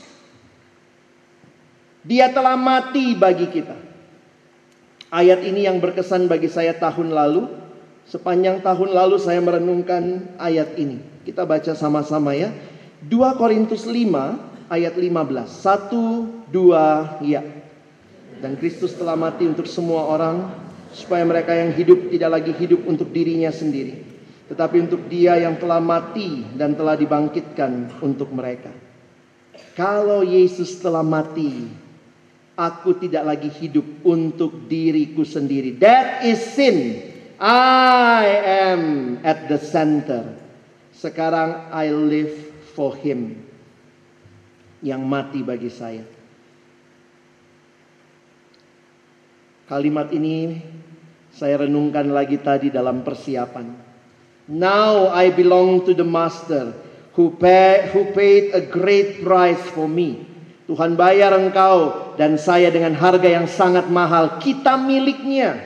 Dia telah mati bagi kita. Ayat ini yang berkesan bagi saya tahun lalu. Sepanjang tahun lalu saya merenungkan ayat ini. Kita baca sama-sama ya. 2 Korintus 5 ayat 15. 1, 2, ya. Dan Kristus telah mati untuk semua orang, supaya mereka yang hidup tidak lagi hidup untuk dirinya sendiri, tetapi untuk Dia yang telah mati dan telah dibangkitkan untuk mereka. Kalau Yesus telah mati, aku tidak lagi hidup untuk diriku sendiri. That is sin. I am at the center. Sekarang I live for Him yang mati bagi saya. Kalimat ini saya renungkan lagi tadi dalam persiapan. Now I belong to the Master who paid a great price for me. Tuhan bayar engkau dan saya dengan harga yang sangat mahal. Kita miliknya.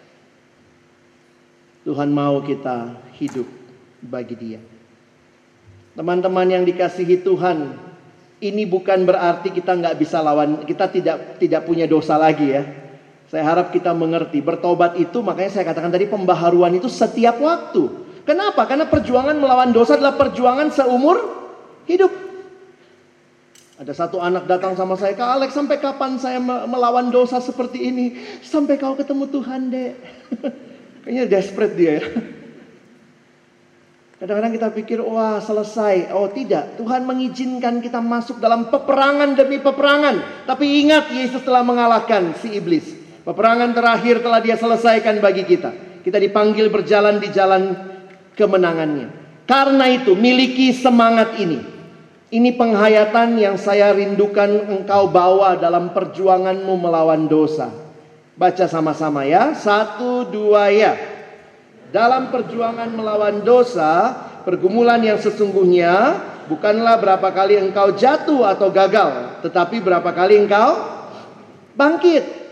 Tuhan mau kita hidup bagi Dia. Teman-teman yang dikasihi Tuhan, ini bukan berarti kita nggak bisa lawan, kita tidak punya dosa lagi ya. Saya harap kita mengerti, bertobat itu makanya saya katakan tadi pembaharuan itu setiap waktu. Kenapa? Karena perjuangan melawan dosa adalah perjuangan seumur hidup. Ada satu anak datang sama saya, Kak Alex, sampai kapan saya melawan dosa seperti ini? Sampai kau ketemu Tuhan, Dek. Kayaknya desperate dia ya. Kadang-kadang kita pikir, wah selesai. Oh tidak, Tuhan mengizinkan kita masuk dalam peperangan demi peperangan. Tapi ingat, Yesus telah mengalahkan si iblis. Peperangan terakhir telah Dia selesaikan bagi kita. Kita dipanggil berjalan di jalan kemenangannya. Karena itu, miliki semangat ini. Ini penghayatan yang saya rindukan engkau bawa dalam perjuanganmu melawan dosa. Baca sama-sama ya. 1, 2 ya. Dalam perjuangan melawan dosa, pergumulan yang sesungguhnya bukanlah berapa kali engkau jatuh atau gagal, tetapi berapa kali engkau bangkit.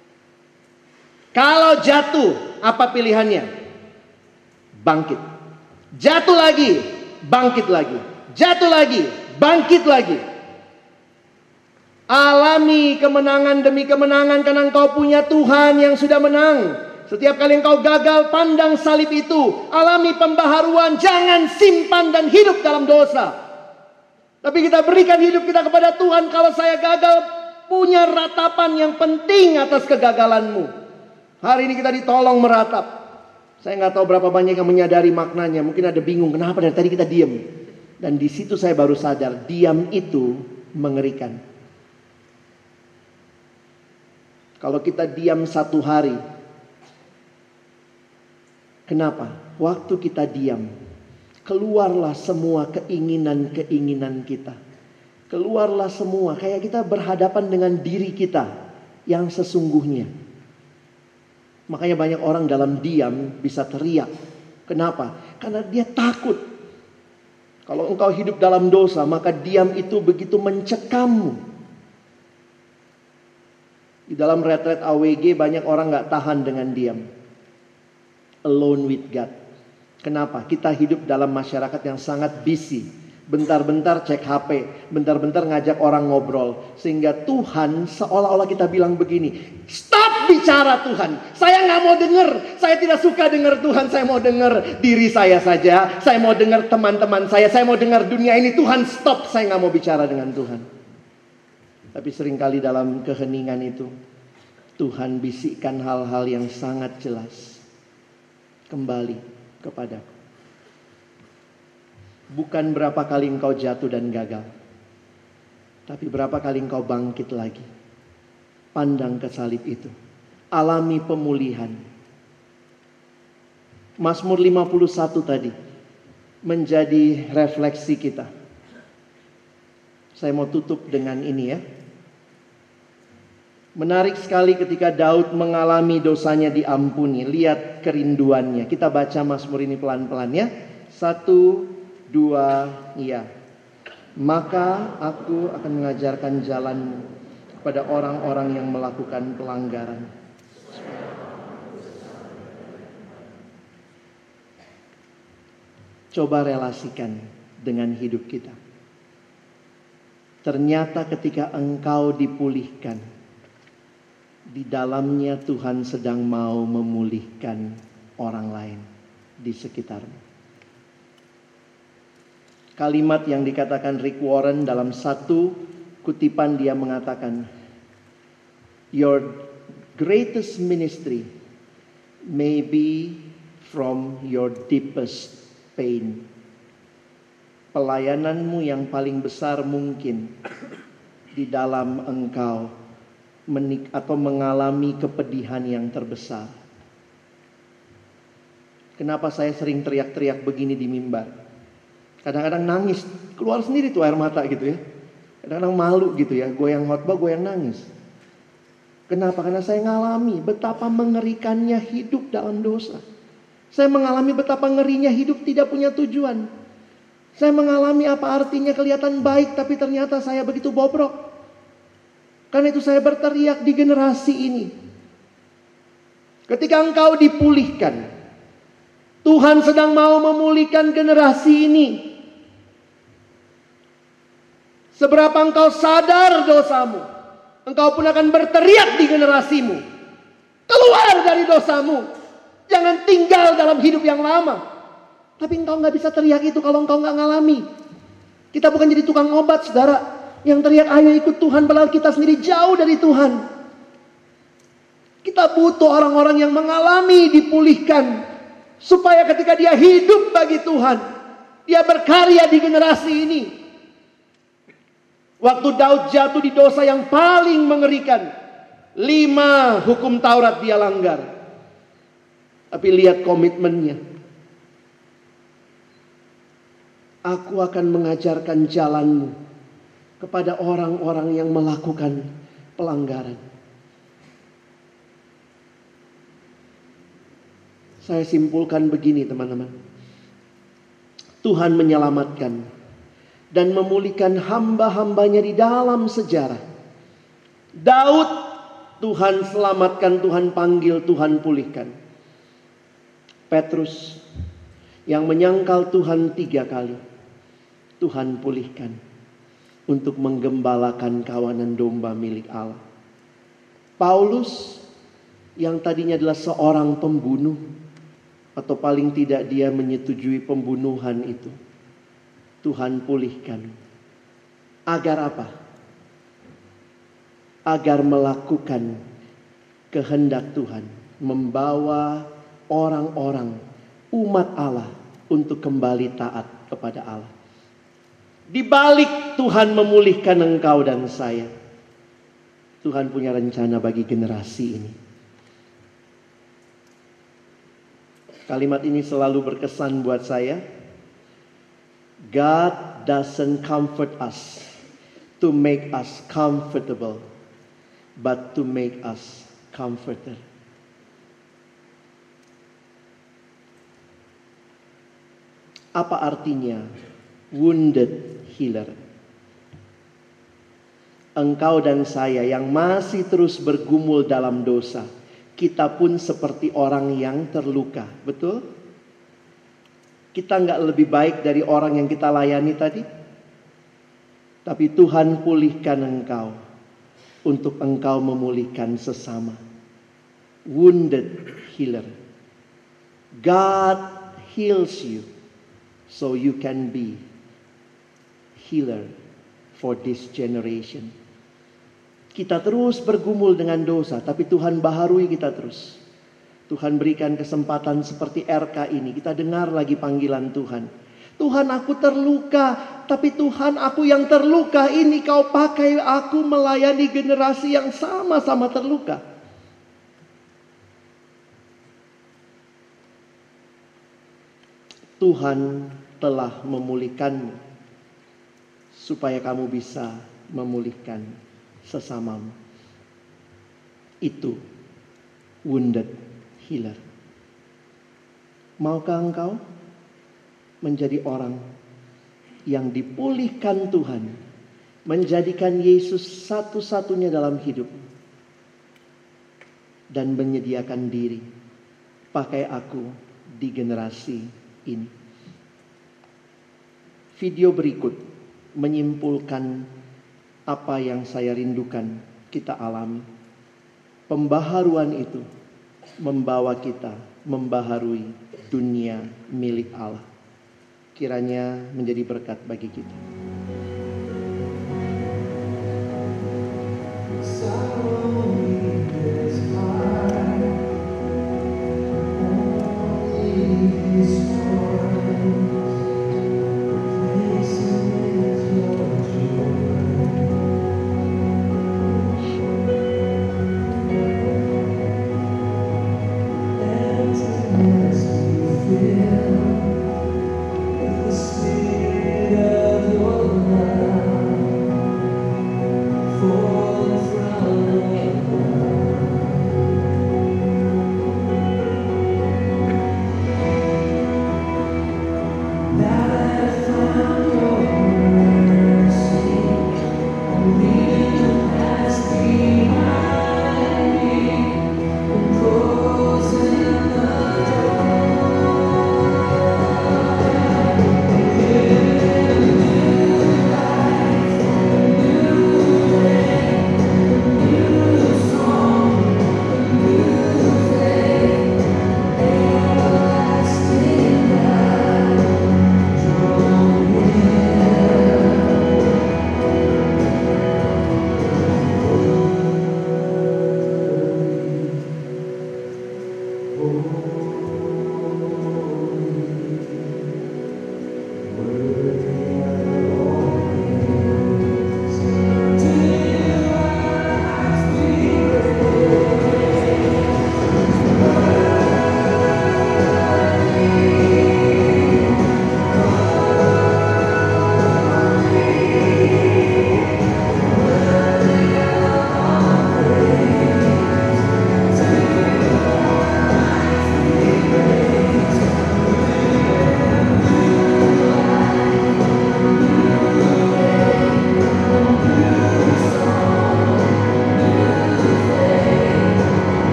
Kalau jatuh, apa pilihannya? Bangkit. Jatuh lagi, bangkit lagi. Jatuh lagi, bangkit lagi. Alami kemenangan demi kemenangan karena engkau punya Tuhan yang sudah menang. Setiap kali engkau gagal, pandang salib itu. Alami pembaharuan, jangan simpan dan hidup dalam dosa. Tapi kita berikan hidup kita kepada Tuhan. Kalau saya gagal, punya ratapan yang penting atas kegagalanmu. Hari ini kita ditolong meratap. Saya nggak tahu berapa banyak yang menyadari maknanya. Mungkin ada bingung, kenapa dari tadi kita diam. Dan di situ saya baru sadar, diam itu mengerikan. Kalau kita diam 1 hari, kenapa? Waktu kita diam, keluarlah semua keinginan-keinginan kita. Keluarlah semua, kayak kita berhadapan dengan diri kita yang sesungguhnya. Makanya banyak orang dalam diam bisa teriak. Kenapa? Karena dia takut. Kalau engkau hidup dalam dosa, maka diam itu begitu mencekammu. Di dalam retret AWG banyak orang gak tahan dengan diam. Alone with God. Kenapa? Kita hidup dalam masyarakat yang sangat busy. Bentar-bentar cek HP, bentar-bentar ngajak orang ngobrol. Sehingga Tuhan seolah-olah kita bilang begini, stop bicara Tuhan. Saya gak mau dengar, saya tidak suka dengar Tuhan. Saya mau dengar diri saya saja. Saya mau dengar teman-teman saya mau dengar dunia ini. Tuhan stop, saya gak mau bicara dengan Tuhan. Tapi seringkali dalam keheningan itu, Tuhan bisikkan hal-hal yang sangat jelas. Kembali kepadaku. Bukan berapa kali engkau jatuh dan gagal, tapi berapa kali engkau bangkit lagi. Pandang ke salib itu. Alami pemulihan. Mazmur 51 tadi menjadi refleksi kita. Saya mau tutup dengan ini ya. Menarik sekali ketika Daud mengalami dosanya diampuni. Lihat kerinduannya. Kita baca Mazmur ini pelan-pelan ya. 1, 2, iya. Maka aku akan mengajarkan jalanmu kepada orang-orang yang melakukan pelanggaran. Coba relasikan dengan hidup kita. Ternyata ketika engkau dipulihkan, di dalamnya Tuhan sedang mau memulihkan orang lain di sekitarmu. Kalimat yang dikatakan Rick Warren dalam satu kutipan, dia mengatakan, your greatest ministry may be from your deepest pain. Pelayananmu yang paling besar mungkin di dalam engkau mengalami kepedihan yang terbesar. Kenapa saya sering teriak-teriak begini di mimbar? Kadang-kadang nangis, keluar sendiri tuh air mata gitu ya. Kadang-kadang malu gitu ya, gue yang khotbah, gue yang nangis. Kenapa? Karena saya mengalami betapa mengerikannya hidup dalam dosa. Saya mengalami betapa ngerinya hidup tidak punya tujuan. Saya mengalami apa artinya kelihatan baik tapi ternyata saya begitu bobrok. Karena itu saya berteriak di generasi ini. Ketika engkau dipulihkan, Tuhan sedang mau memulihkan generasi ini. Seberapa engkau sadar dosamu, engkau pun akan berteriak di generasimu. Keluar dari dosamu. Jangan tinggal dalam hidup yang lama. Tapi engkau gak bisa teriak itu kalau engkau gak ngalami. Kita bukan jadi tukang obat, saudara, yang teriak ayo ikut Tuhan padahal kita sendiri jauh dari Tuhan. Kita butuh orang-orang yang mengalami dipulihkan, supaya ketika dia hidup bagi Tuhan, dia berkarya di generasi ini. Waktu Daud jatuh di dosa yang paling mengerikan, 5 hukum Taurat dia langgar. Tapi lihat komitmennya. Aku akan mengajarkan jalanmu kepada orang-orang yang melakukan pelanggaran. Saya simpulkan begini teman-teman. Tuhan menyelamatkan dan memulihkan hamba-hambanya di dalam sejarah. Daud, Tuhan selamatkan, Tuhan panggil, Tuhan pulihkan. Petrus yang menyangkal Tuhan 3 kali, Tuhan pulihkan untuk menggembalakan kawanan domba milik Allah. Paulus yang tadinya adalah seorang pembunuh, atau paling tidak dia menyetujui pembunuhan itu, Tuhan pulihkan. Agar apa? Agar melakukan kehendak Tuhan, membawa orang-orang umat Allah untuk kembali taat kepada Allah. Di balik Tuhan memulihkan engkau dan saya, Tuhan punya rencana bagi generasi ini. Kalimat ini selalu berkesan buat saya. God doesn't comfort us to make us comfortable, but to make us comforter. Apa artinya wounded healer? Engkau dan saya yang masih terus bergumul dalam dosa, kita pun seperti orang yang terluka, betul? Kita nggak lebih baik dari orang yang kita layani tadi. Tapi Tuhan pulihkan engkau untuk engkau memulihkan sesama. Wounded healer. God heals you so you can be healer for this generation. Kita terus bergumul dengan dosa, tapi Tuhan baharui kita terus. Tuhan berikan kesempatan seperti RK ini. Kita dengar lagi panggilan Tuhan. Tuhan, aku terluka, tapi Tuhan, aku yang terluka ini kau pakai aku melayani generasi yang sama-sama terluka. Tuhan telah memulihkanmu supaya kamu bisa memulihkan sesamamu. Itu wounded healer. Maukah engkau menjadi orang yang dipulihkan Tuhan, menjadikan Yesus satu-satunya dalam hidup, dan menyediakan diri, pakai aku di generasi ini? Video berikut menyimpulkan apa yang saya rindukan kita alami. Pembaharuan itu membawa kita membaharui dunia milik Allah. Kiranya menjadi berkat bagi kita.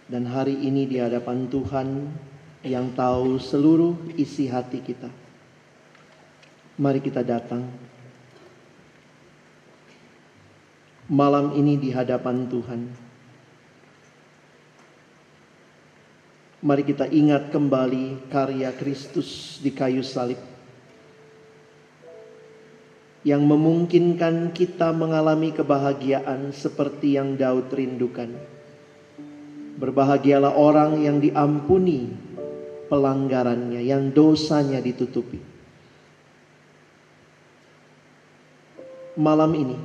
Dan hari ini di hadapan Tuhan yang tahu seluruh isi hati kita, mari kita datang. Malam ini di hadapan Tuhan, mari kita ingat kembali karya Kristus di kayu salib yang memungkinkan kita mengalami kebahagiaan seperti yang Daud rindukan. Berbahagialah orang yang diampuni pelanggarannya, yang dosanya ditutupi. Malam ini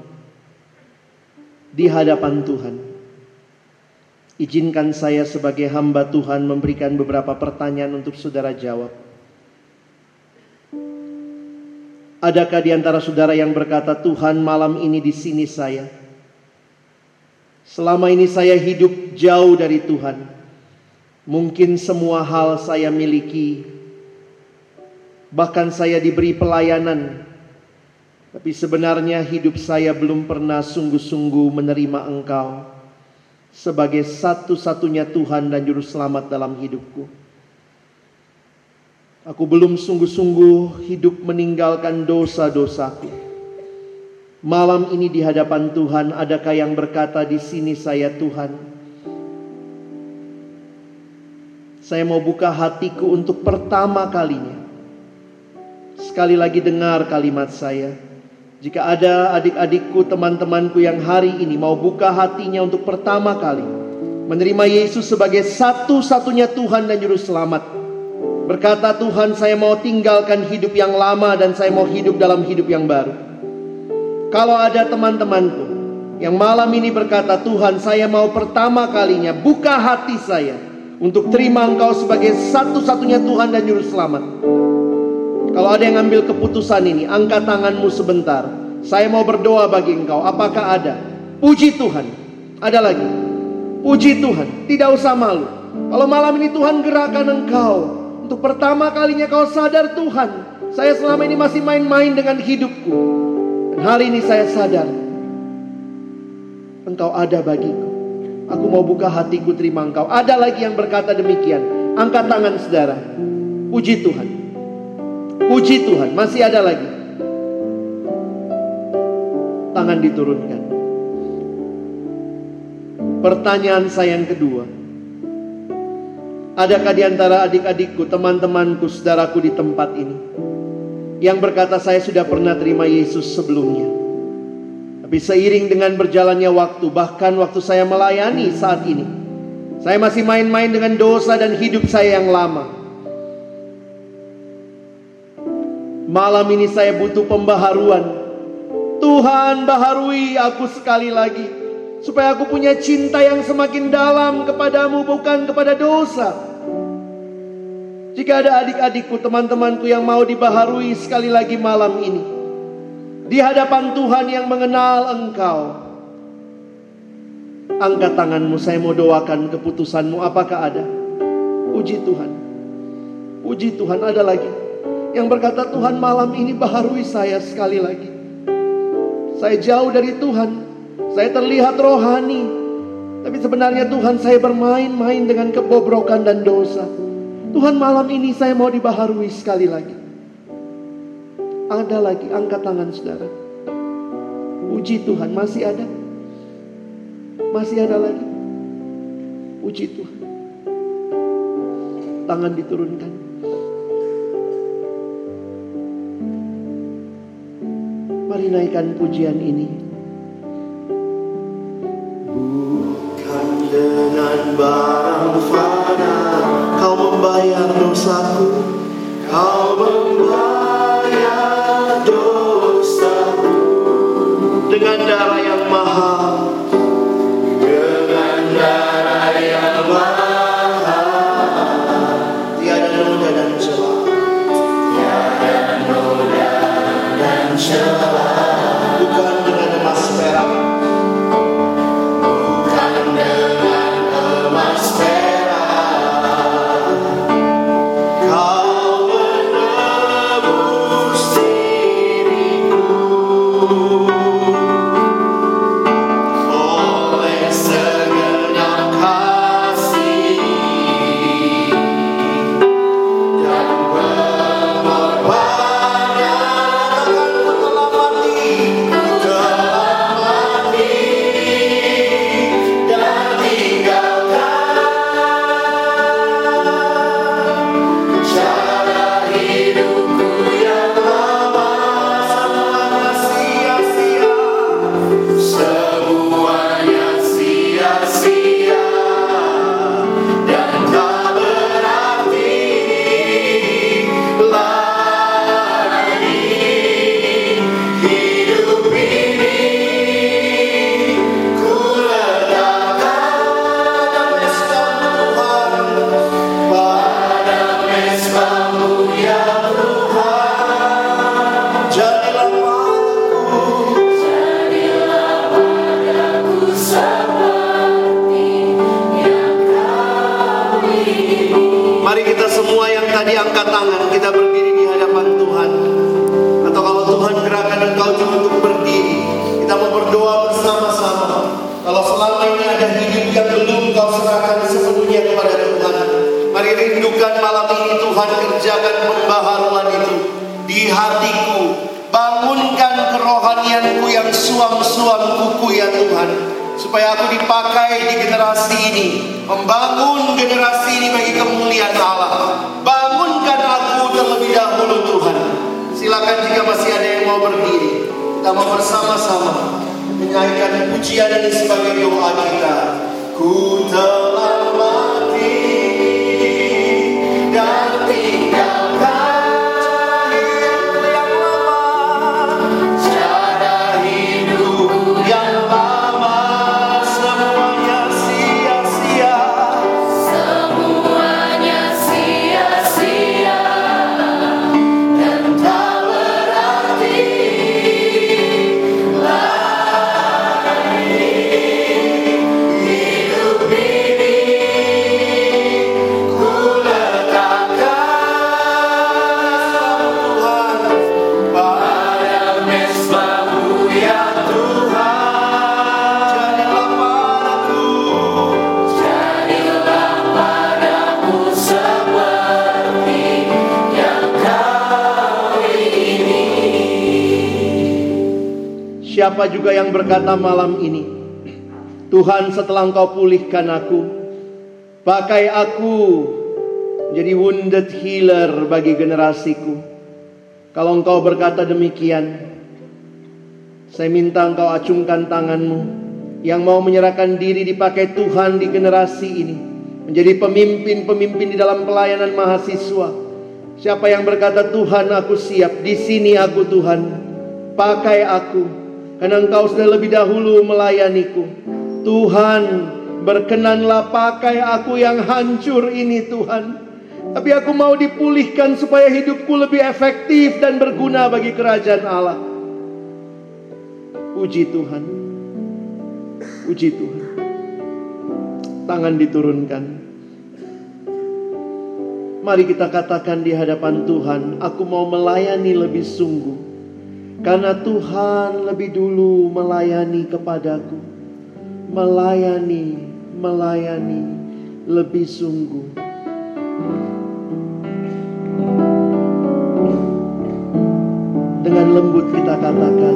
di hadapan Tuhan, izinkan saya sebagai hamba Tuhan memberikan beberapa pertanyaan untuk saudara jawab. Adakah di antara saudara yang berkata, Tuhan, malam ini di sini saya, selama ini saya hidup jauh dari Tuhan. Mungkin semua hal saya miliki, bahkan saya diberi pelayanan, tapi sebenarnya hidup saya belum pernah sungguh-sungguh menerima Engkau sebagai satu-satunya Tuhan dan Juru Selamat dalam hidupku. Aku belum sungguh-sungguh hidup meninggalkan dosa-dosaku. Malam ini di hadapan Tuhan, adakah yang berkata, di sini saya Tuhan, saya mau buka hatiku untuk pertama kalinya. Sekali lagi dengar kalimat saya. Jika ada adik-adikku, teman-temanku yang hari ini mau buka hatinya untuk pertama kali menerima Yesus sebagai satu-satunya Tuhan dan Juru Selamat, berkata, Tuhan, saya mau tinggalkan hidup yang lama dan saya mau hidup dalam hidup yang baru. Kalau ada teman-temanku yang malam ini berkata, Tuhan, saya mau pertama kalinya buka hati saya untuk terima Engkau sebagai satu-satunya Tuhan dan Juru Selamat. Kalau ada yang ambil keputusan ini, angkat tanganmu sebentar. Saya mau berdoa bagi Engkau. Apakah ada? Puji Tuhan. Ada lagi? Puji Tuhan. Tidak usah malu. Kalau malam ini Tuhan gerakan Engkau untuk pertama kalinya kau sadar, Tuhan, saya selama ini masih main-main dengan hidupku. Dan hari ini saya sadar Engkau ada bagiku. Aku mau buka hatiku terima Engkau. Ada lagi yang berkata demikian? Angkat tangan saudara. Puji Tuhan. Puji Tuhan. Masih ada lagi? Tangan diturunkan. Pertanyaan saya yang kedua, adakah di antara adik-adikku, teman-temanku, saudaraku di tempat ini yang berkata, saya sudah pernah terima Yesus sebelumnya, tapi seiring dengan berjalannya waktu, bahkan waktu saya melayani saat ini, saya masih main-main dengan dosa dan hidup saya yang lama. Malam ini saya butuh pembaharuan. Tuhan, baharui aku sekali lagi, supaya aku punya cinta yang semakin dalam kepadamu, bukan kepada dosa. Jika ada adik-adikku, teman-temanku yang mau dibaharui sekali lagi malam ini, di hadapan Tuhan yang mengenal Engkau, angkat tanganmu, saya mau doakan keputusanmu. Apakah ada? Puji Tuhan. Puji Tuhan. Ada lagi yang berkata, Tuhan, malam ini baharui saya sekali lagi. Saya jauh dari Tuhan, saya terlihat rohani, tapi sebenarnya Tuhan, saya bermain-main dengan kebobrokan dan dosa. Tuhan, malam ini saya mau dibaharui sekali lagi. Ada lagi? Angkat tangan saudara. Puji Tuhan. Masih ada? Masih ada lagi? Puji Tuhan. Tangan diturunkan. Mari naikkan pujian ini. Bukan dengan barang fana Kau membayar dosaku, Kau membayar dosaku dengan darah yang mahal, dengan darah yang mahal. Tiada noda dan celah, tiada noda dan celah. Bukan dengan emas perak, bukan dengan emas perak. Kau menebus tadi angkat tangan, kita berdiri di hadapan Tuhan. Atau kalau Tuhan gerakan engkau juga untuk berdiri, kita mau berdoa bersama-sama. Kalau selama ini ada hidup yang belum kau serahkan sepenuhnya kepada Tuhan, mari rindukan malam ini Tuhan kerjakan pembaharuan itu di hatiku. Bangunkan kerohanianku yang suam-suam kuku ya Tuhan, supaya aku dipakai di generasi ini, membangun generasi ini bagi kemuliaan Allah. Bangunkan aku terlebih dahulu Tuhan. Silakan jika masih ada yang mau berdiri, kita mau bersama-sama menyanyikan pujian ini sebagai doa kita. Ku telah mati dan tinggalkan Siapa juga yang berkata malam ini, Tuhan setelah engkau pulihkan aku, pakai aku jadi wounded healer bagi generasiku. Kalau engkau berkata demikian, saya minta engkau acungkan tanganmu yang mau menyerahkan diri dipakai Tuhan di generasi ini, menjadi pemimpin-pemimpin di dalam pelayanan mahasiswa. Siapa yang berkata Tuhan aku siap, di sini aku Tuhan, pakai aku. Karena engkau sudah lebih dahulu melayaniku. Tuhan, berkenanlah pakai aku yang hancur ini Tuhan. Tapi aku mau dipulihkan supaya hidupku lebih efektif dan berguna bagi kerajaan Allah. Puji Tuhan. Puji Tuhan. Tangan diturunkan. Mari kita katakan di hadapan Tuhan, aku mau melayani lebih sungguh. Karena Tuhan lebih dulu melayani kepadaku. Melayani lebih sungguh. Dengan lembut kita katakan,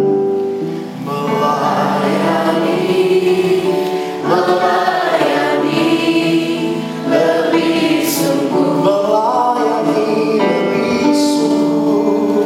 melayani lebih sungguh. Melayani lebih sungguh.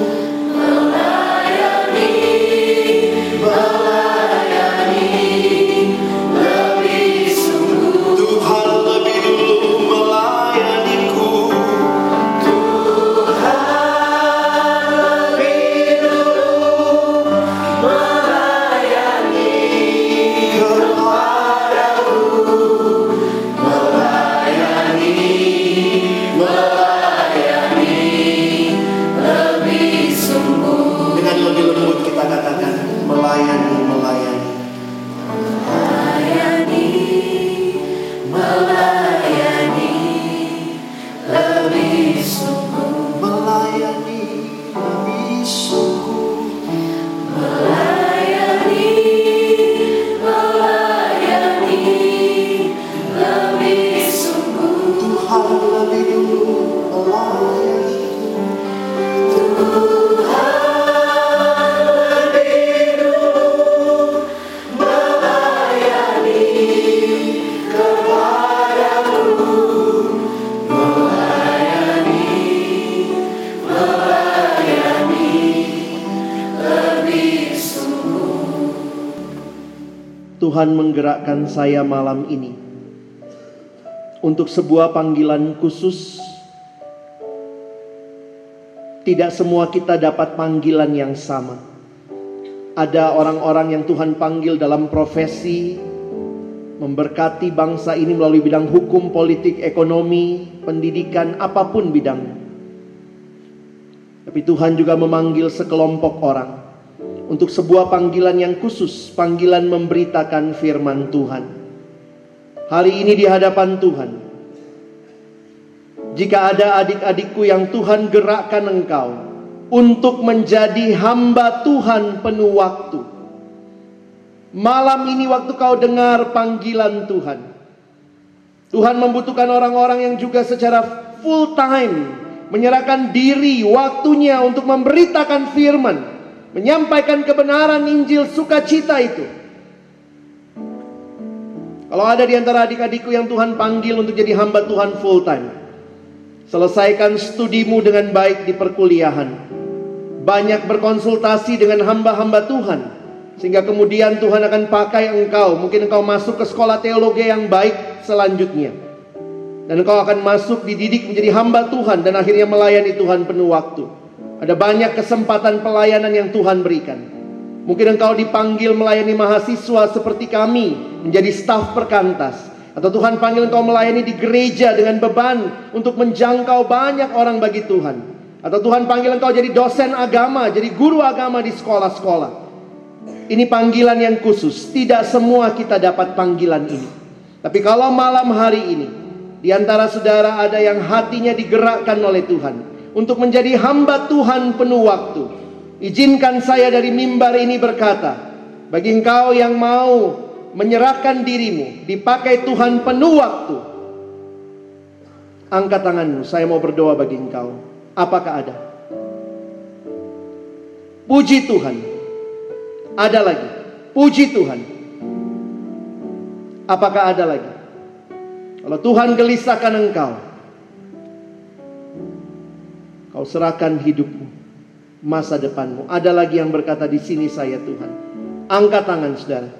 Tuhan menggerakkan saya malam ini untuk sebuah panggilan khusus. Tidak semua kita dapat panggilan yang sama. Ada orang-orang yang Tuhan panggil dalam profesi, memberkati bangsa ini melalui bidang hukum, politik, ekonomi, pendidikan, apapun bidangnya. Tapi Tuhan juga memanggil sekelompok orang untuk sebuah panggilan yang khusus, panggilan memberitakan firman Tuhan. Hari ini di hadapan Tuhan, jika ada adik-adikku yang Tuhan gerakkan engkau untuk menjadi hamba Tuhan penuh waktu. Malam ini waktu kau dengar panggilan Tuhan, Tuhan membutuhkan orang-orang yang juga secara full time menyerahkan diri waktunya untuk memberitakan firman, menyampaikan kebenaran Injil sukacita itu. Kalau ada di antara adik-adikku yang Tuhan panggil untuk jadi hamba Tuhan full time, selesaikan studimu dengan baik di perkuliahan. Banyak berkonsultasi dengan hamba-hamba Tuhan, sehingga kemudian Tuhan akan pakai engkau. Mungkin engkau masuk ke sekolah teologi yang baik selanjutnya, dan engkau akan masuk dididik menjadi hamba Tuhan, dan akhirnya melayani Tuhan penuh waktu. Ada banyak kesempatan pelayanan yang Tuhan berikan. Mungkin engkau dipanggil melayani mahasiswa seperti kami, menjadi staf perkantas. Atau Tuhan panggil engkau melayani di gereja dengan beban untuk menjangkau banyak orang bagi Tuhan. Atau Tuhan panggil engkau jadi dosen agama, jadi guru agama di sekolah-sekolah. Ini panggilan yang khusus. Tidak semua kita dapat panggilan ini. Tapi kalau malam hari ini di antara saudara ada yang hatinya digerakkan oleh Tuhan untuk menjadi hamba Tuhan penuh waktu, izinkan saya dari mimbar ini berkata, bagi engkau yang mau menyerahkan dirimu dipakai Tuhan penuh waktu, angkat tanganmu, saya mau berdoa bagi engkau. Apakah ada? Puji Tuhan. Ada lagi? Puji Tuhan. Apakah ada lagi? Kalau Tuhan gelisahkan engkau, kau serahkan hidupmu, masa depanmu. Ada lagi yang berkata, di sini saya Tuhan. Angkat tangan saudara.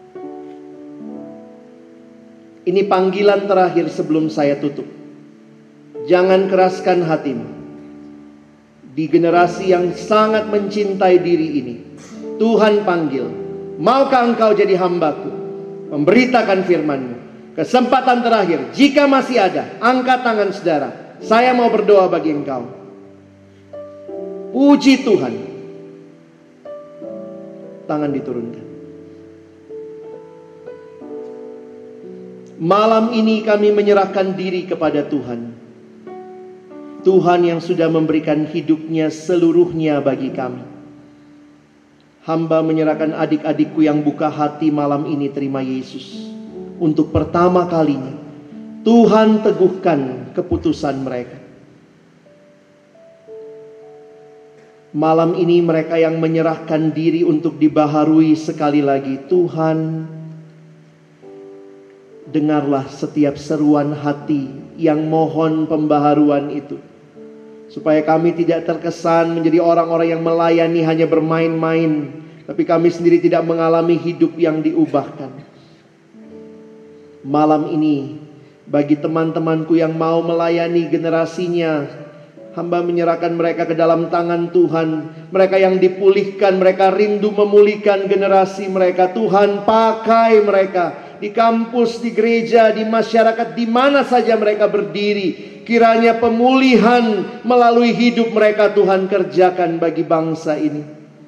Ini panggilan terakhir sebelum saya tutup. Jangan keraskan hatimu. Di generasi yang sangat mencintai diri ini, Tuhan panggil, maukah engkau jadi hambaku, memberitakan firman-Mu. Kesempatan terakhir, jika masih ada, angkat tangan saudara. Saya mau berdoa bagi engkau. Puji Tuhan. Tangan diturunkan. Malam ini kami menyerahkan diri kepada Tuhan. Tuhan yang sudah memberikan hidupnya seluruhnya bagi kami. Hamba menyerahkan adik-adikku yang buka hati malam ini terima Yesus. Untuk pertama kalinya Tuhan teguhkan keputusan mereka. Malam ini mereka yang menyerahkan diri untuk dibaharui sekali lagi. Tuhan, dengarlah setiap seruan hati yang mohon pembaharuan itu, supaya kami tidak terkesan menjadi orang-orang yang melayani hanya bermain-main, tapi kami sendiri tidak mengalami hidup yang diubahkan. Malam ini, bagi teman-temanku yang mau melayani generasinya, hamba menyerahkan mereka ke dalam tangan Tuhan. Mereka yang dipulihkan, mereka rindu memulihkan generasi mereka. Tuhan, pakai mereka di kampus, di gereja, di masyarakat, di mana saja mereka berdiri. Kiranya pemulihan melalui hidup mereka Tuhan kerjakan bagi bangsa ini.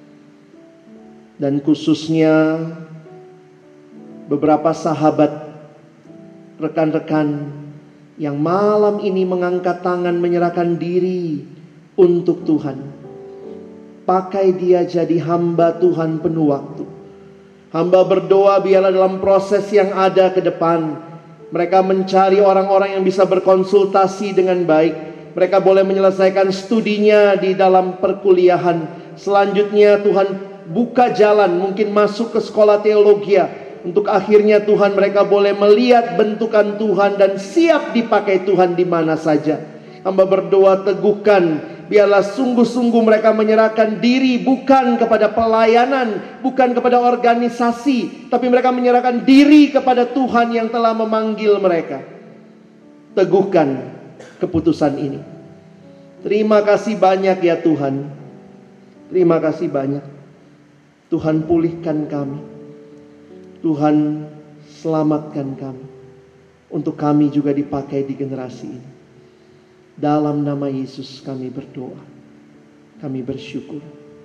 Dan khususnya beberapa sahabat, rekan-rekan yang malam ini mengangkat tangan menyerahkan diri untuk Tuhan. Pakai dia jadi hamba Tuhan penuh waktu. Hamba berdoa biarlah dalam proses yang ada ke depan, mereka mencari orang-orang yang bisa berkonsultasi dengan baik. Mereka boleh menyelesaikan studinya di dalam perkuliahan. Selanjutnya Tuhan buka jalan, mungkin masuk ke sekolah teologi. Untuk akhirnya Tuhan mereka boleh melihat bentukan Tuhan dan siap dipakai Tuhan di mana saja. Hamba berdoa teguhkan, biarlah sungguh-sungguh mereka menyerahkan diri bukan kepada pelayanan, bukan kepada organisasi, tapi mereka menyerahkan diri kepada Tuhan yang telah memanggil mereka. Teguhkan keputusan ini. Terima kasih banyak ya Tuhan. Terima kasih banyak. Tuhan pulihkan kami. Tuhan selamatkan kami. Untuk kami juga dipakai di generasi ini. Dalam nama Yesus kami berdoa. Kami bersyukur.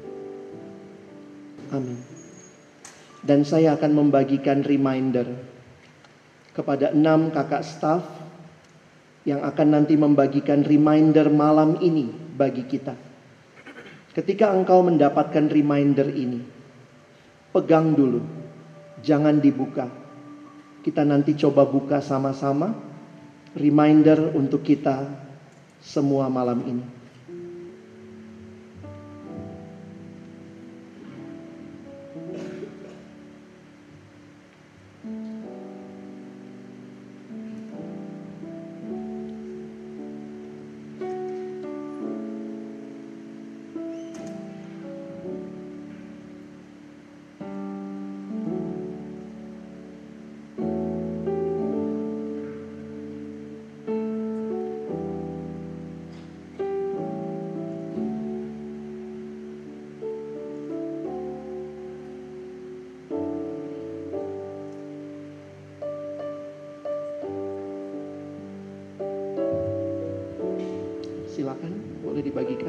Amin. Dan saya akan membagikan reminder kepada 6 kakak staf yang akan nanti membagikan reminder malam ini bagi kita. Ketika engkau mendapatkan reminder ini, pegang dulu, jangan dibuka. Kita nanti coba buka sama-sama reminder untuk kita semua malam ini. Silakan, boleh dibagikan.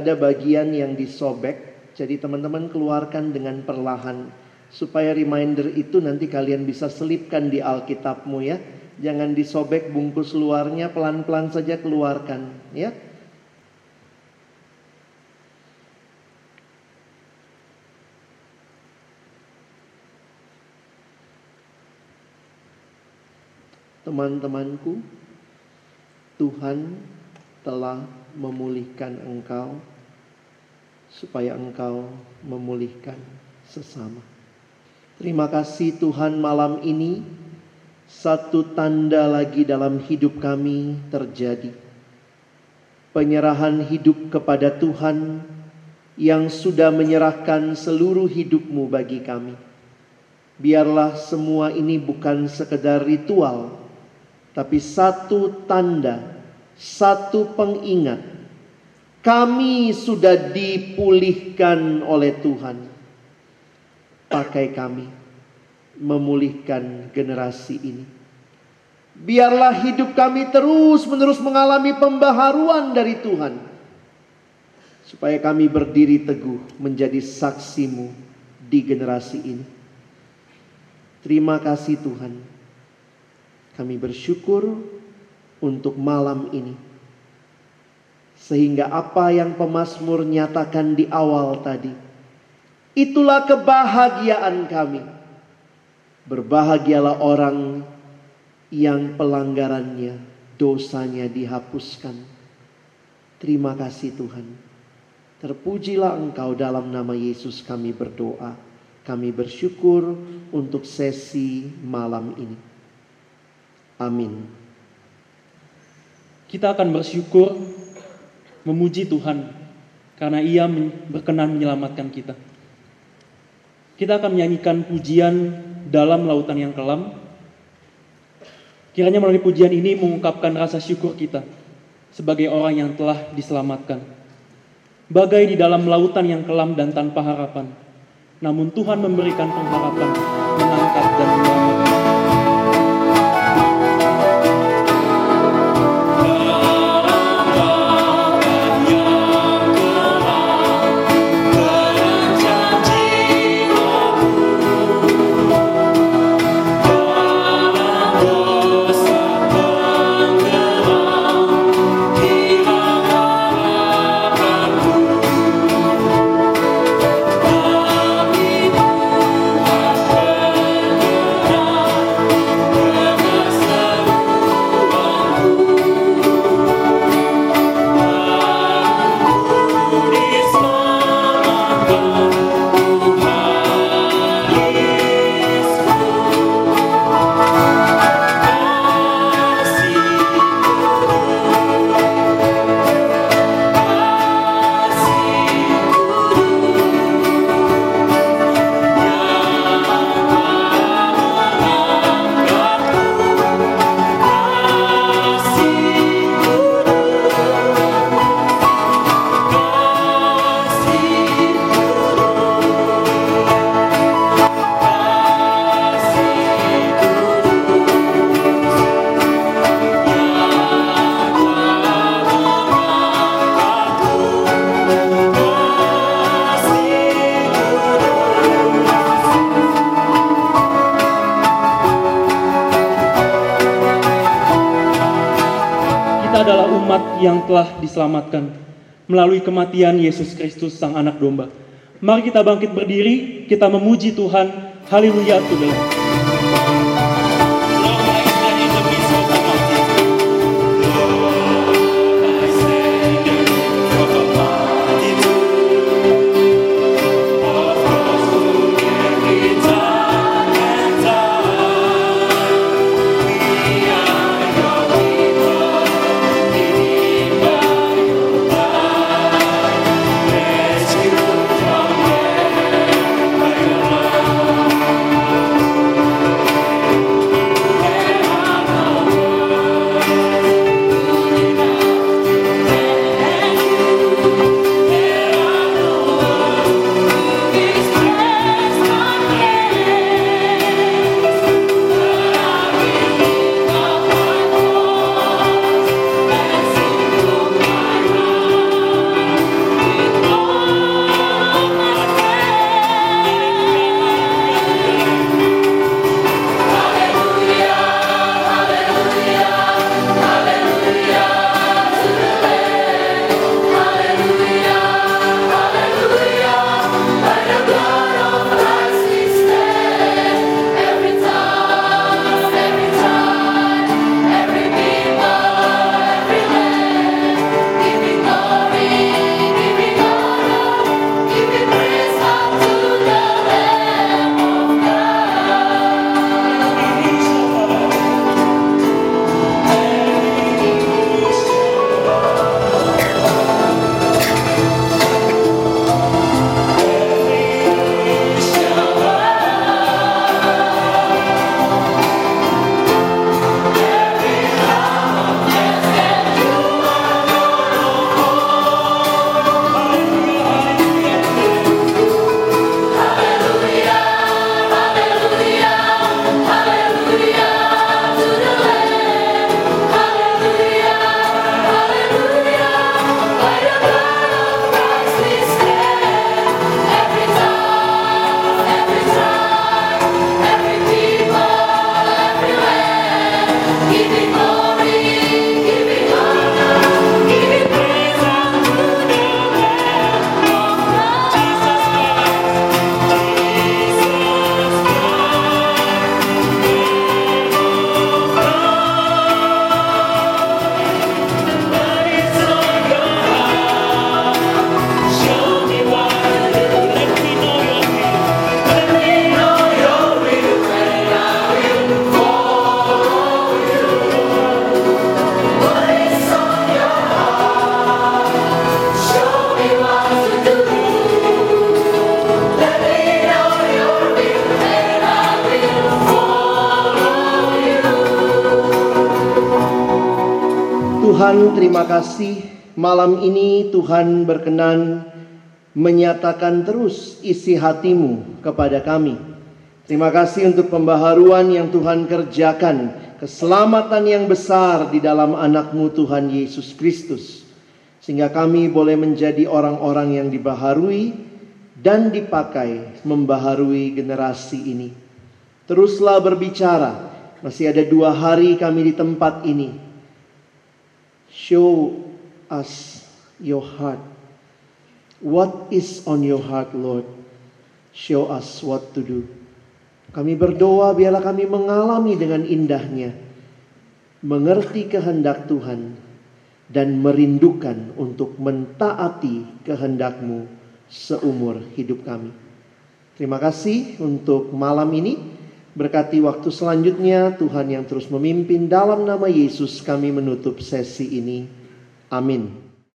ada bagian yang disobek. Jadi teman-teman keluarkan dengan perlahan. Supaya reminder itu nanti kalian bisa selipkan di Alkitabmu ya. Jangan disobek bungkus luarnya, pelan-pelan saja keluarkan ya. Teman-temanku, Tuhan telah memulihkan engkau supaya engkau memulihkan sesama. Terima kasih Tuhan, malam ini satu tanda lagi dalam hidup kami terjadi. Penyerahan hidup kepada Tuhan yang sudah menyerahkan seluruh hidupmu bagi kami. Biarlah semua ini bukan sekedar ritual, tapi satu tanda, satu pengingat. Kami sudah dipulihkan oleh Tuhan. Pakai kami memulihkan generasi ini. Biarlah hidup kami terus-menerus mengalami pembaharuan dari Tuhan. Supaya kami berdiri teguh menjadi saksimu di generasi ini. Terima kasih Tuhan. Kami bersyukur untuk malam ini. Sehingga apa yang pemazmur nyatakan di awal tadi, itulah kebahagiaan kami. Berbahagialah orang yang pelanggarannya, dosanya dihapuskan. Terima kasih Tuhan. Terpujilah Engkau, dalam nama Yesus kami berdoa. Kami bersyukur untuk sesi malam ini. Amin. Kita akan bersyukur, memuji Tuhan karena Ia berkenan menyelamatkan kita. Kita akan menyanyikan pujian dalam lautan yang kelam. Kiranya melalui pujian ini mengungkapkan rasa syukur kita sebagai orang yang telah diselamatkan. Bagai di dalam lautan yang kelam dan tanpa harapan, namun Tuhan memberikan pengharapan, mengangkat dan menyelamatkan. Yang telah diselamatkan melalui kematian Yesus Kristus Sang Anak Domba. Mari kita bangkit berdiri, kita memuji Tuhan. Haleluya Tuhan. Tuhan, terima kasih malam ini Tuhan berkenan menyatakan terus isi hati-Mu kepada kami. Terima kasih untuk pembaharuan yang Tuhan kerjakan, keselamatan yang besar di dalam anak-Mu Tuhan Yesus Kristus. Sehingga kami boleh menjadi orang-orang yang dibaharui dan dipakai membaharui generasi ini. Teruslah berbicara, masih ada 2 hari kami di tempat ini. Show us your heart. What is on your heart, Lord? Show us what to do. Kami berdoa biarlah kami mengalami dengan indahnya, mengerti kehendak Tuhan, dan merindukan untuk mentaati kehendak-Mu seumur hidup kami. Terima kasih untuk malam ini. Berkati waktu selanjutnya, Tuhan yang terus memimpin. Dalam nama Yesus kami menutup sesi ini. Amin.